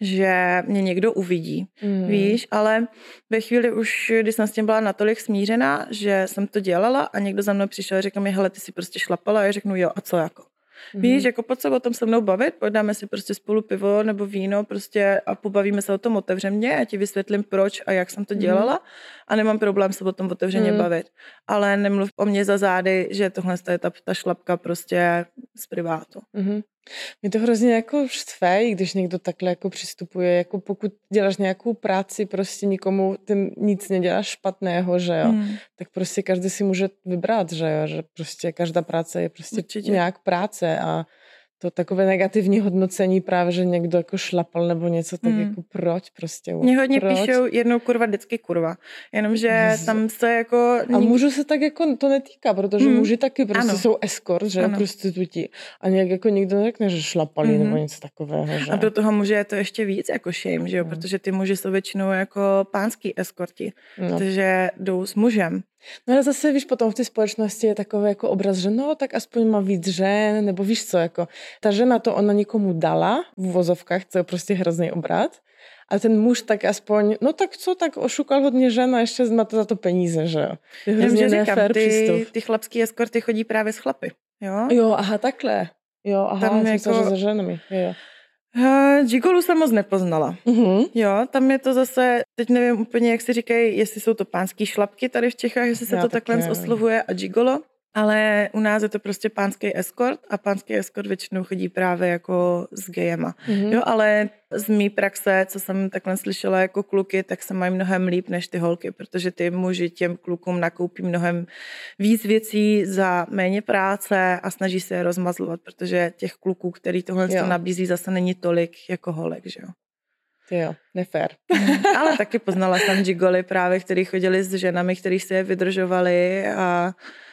že mě někdo uvidí, mm. víš, ale ve chvíli už, když jsem s tím byla natolik smířená, že jsem to dělala a někdo za mnou přišel a řekl mi, hele, ty si prostě šlapala a já řeknu, jo, a co jako? Mm-hmm. Víš, jako pojď se o tom se mnou bavit, podáme si prostě spolu pivo nebo víno prostě a pobavíme se o tom otevřeně, já ti vysvětlím proč a jak jsem to dělala mm-hmm. a nemám problém se o tom otevřeně mm-hmm. bavit. Ale nemluv o mě za zády, že tohle je ta, ta šlapka prostě z privátu. Mm-hmm. Mě to hrozně jako štve, když někdo takhle jako přistupuje, jako pokud děláš nějakou práci, prostě nikomu tím nic neděláš špatného, že jo, hmm. tak prostě každý si může vybrat, že jo, že prostě každá práce je prostě Určitě. nějak práce a to takové negativní hodnocení právě, že někdo jako šlapal nebo něco, tak hmm. jako proč prostě? Mě hodně proč? píšou jednou kurva, vždycky kurva. Jenomže Jezu. tam se jako... A mužů se tak jako to netýká, protože hmm. muži taky prostě ano. jsou escort, že jo, prostituti. A nějak jako nikdo neřekne, že šlapali hmm. nebo něco takového, že? A do toho muže je to ještě víc jako shame, že jo, hmm. protože ty muži jsou většinou jako pánský eskorti, no. protože jdou s mužem. No ale zase, víš, potom v té společnosti je takový jako obraz, že no, tak aspoň má víc žen, nebo víš co, jako ta žena to ona nikomu dala v uvozovkách, to je prostě hrozný obrat. A ten muž tak aspoň, no tak co, tak ošukal hodně žen a ještě má to za to peníze, že jo. Je hrozně nefér přístup. Ty chlapský eskorty chodí právě s chlapy, jo? Jo, aha, takhle. Jo, aha, tam jako... že za ženami, jo, jo. Uh, Gigolu jsem moc nepoznala. Uh-huh. Jo, tam je to zase, teď nevím úplně, jak si říkají, jestli jsou to pánský šlapky tady v Čechách, jestli se Já to takhle oslovuje a gigolo, ale u nás je to prostě pánský escort a pánský escort většinou chodí právě jako s gejema. Uh-huh. Jo, ale z mý praxe, co jsem takhle slyšela jako kluky, tak se mají mnohem líp než ty holky, protože ty muži těm klukům nakoupí mnohem víc věcí za méně práce a snaží se je rozmazlovat, protože těch kluků, který tohle to nabízí, zase není tolik jako holek, že jo. Jo, nefér. Ale taky poznala jsem gigoly právě, který chodili s ženami, který se je vydržovali a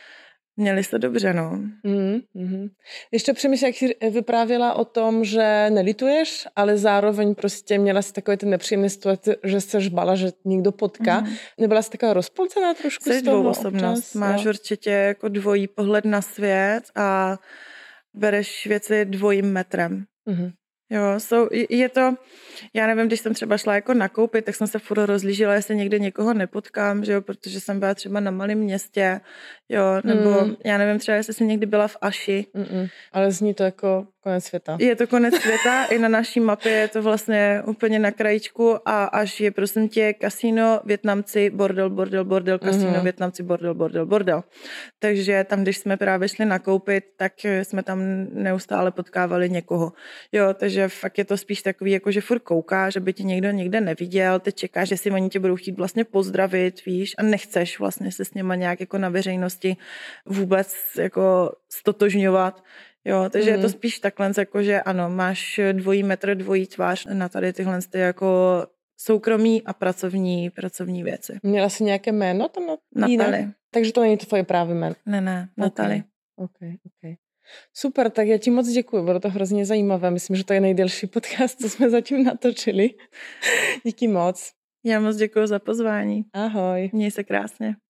měli se dobře, no. Mm, mm. Ještě přemýšlím, jak jsi vyprávěla o tom, že nelituješ, ale zároveň prostě měla si takové ty nepříjemné situace, že se bala, že někdo potká. Mm. Nebyla jsi taková rozpolcená trošku jsi z toho dvouosobnost. občas? Máš jo. určitě jako dvojí pohled na svět a bereš věci dvojím metrem. Mm. Jo, jsou, je to, já nevím, když jsem třeba šla jako nakoupit, tak jsem se furt rozlížila, jestli někde někoho nepotkám, že jo, protože jsem byla třeba na malém městě, jo, nebo mm. já nevím, třeba jestli jsem někdy byla v Aši. Mm-mm. Ale zní to jako konec světa. Je to konec světa, i na naší mapě je to vlastně úplně na krajičku a až je prosím tě kasino, Vietnamci, bordel, bordel, bordel, kasino, mm-hmm. Vietnamci, bordel, bordel, bordel. Takže tam, když jsme právě šli nakoupit, tak jsme tam neustále potkávali někoho. Jo, takže fakt je to spíš takový, jako že furt kouká, že by tě někdo někde neviděl, teď čekáš, že si oni tě budou chtít vlastně pozdravit, víš, a nechceš vlastně se s nima nějak jako na veřejnosti vůbec jako stotožňovat. Jo, takže mm. je to spíš takhle, jako že ano, máš dvojí metr, dvojí tvář na tady tyhle ty jako soukromí a pracovní, pracovní věci. Měla jsi nějaké jméno tam? Natali. Takže to není to tvoje právě jméno? Ne, ne, Natali. Okay, okay. Super, tak já ti moc děkuji, bylo to hrozně zajímavé. Myslím, že to je nejdelší podcast, co jsme zatím natočili. Díky moc. Já moc děkuji za pozvání. Ahoj. Měj se krásně.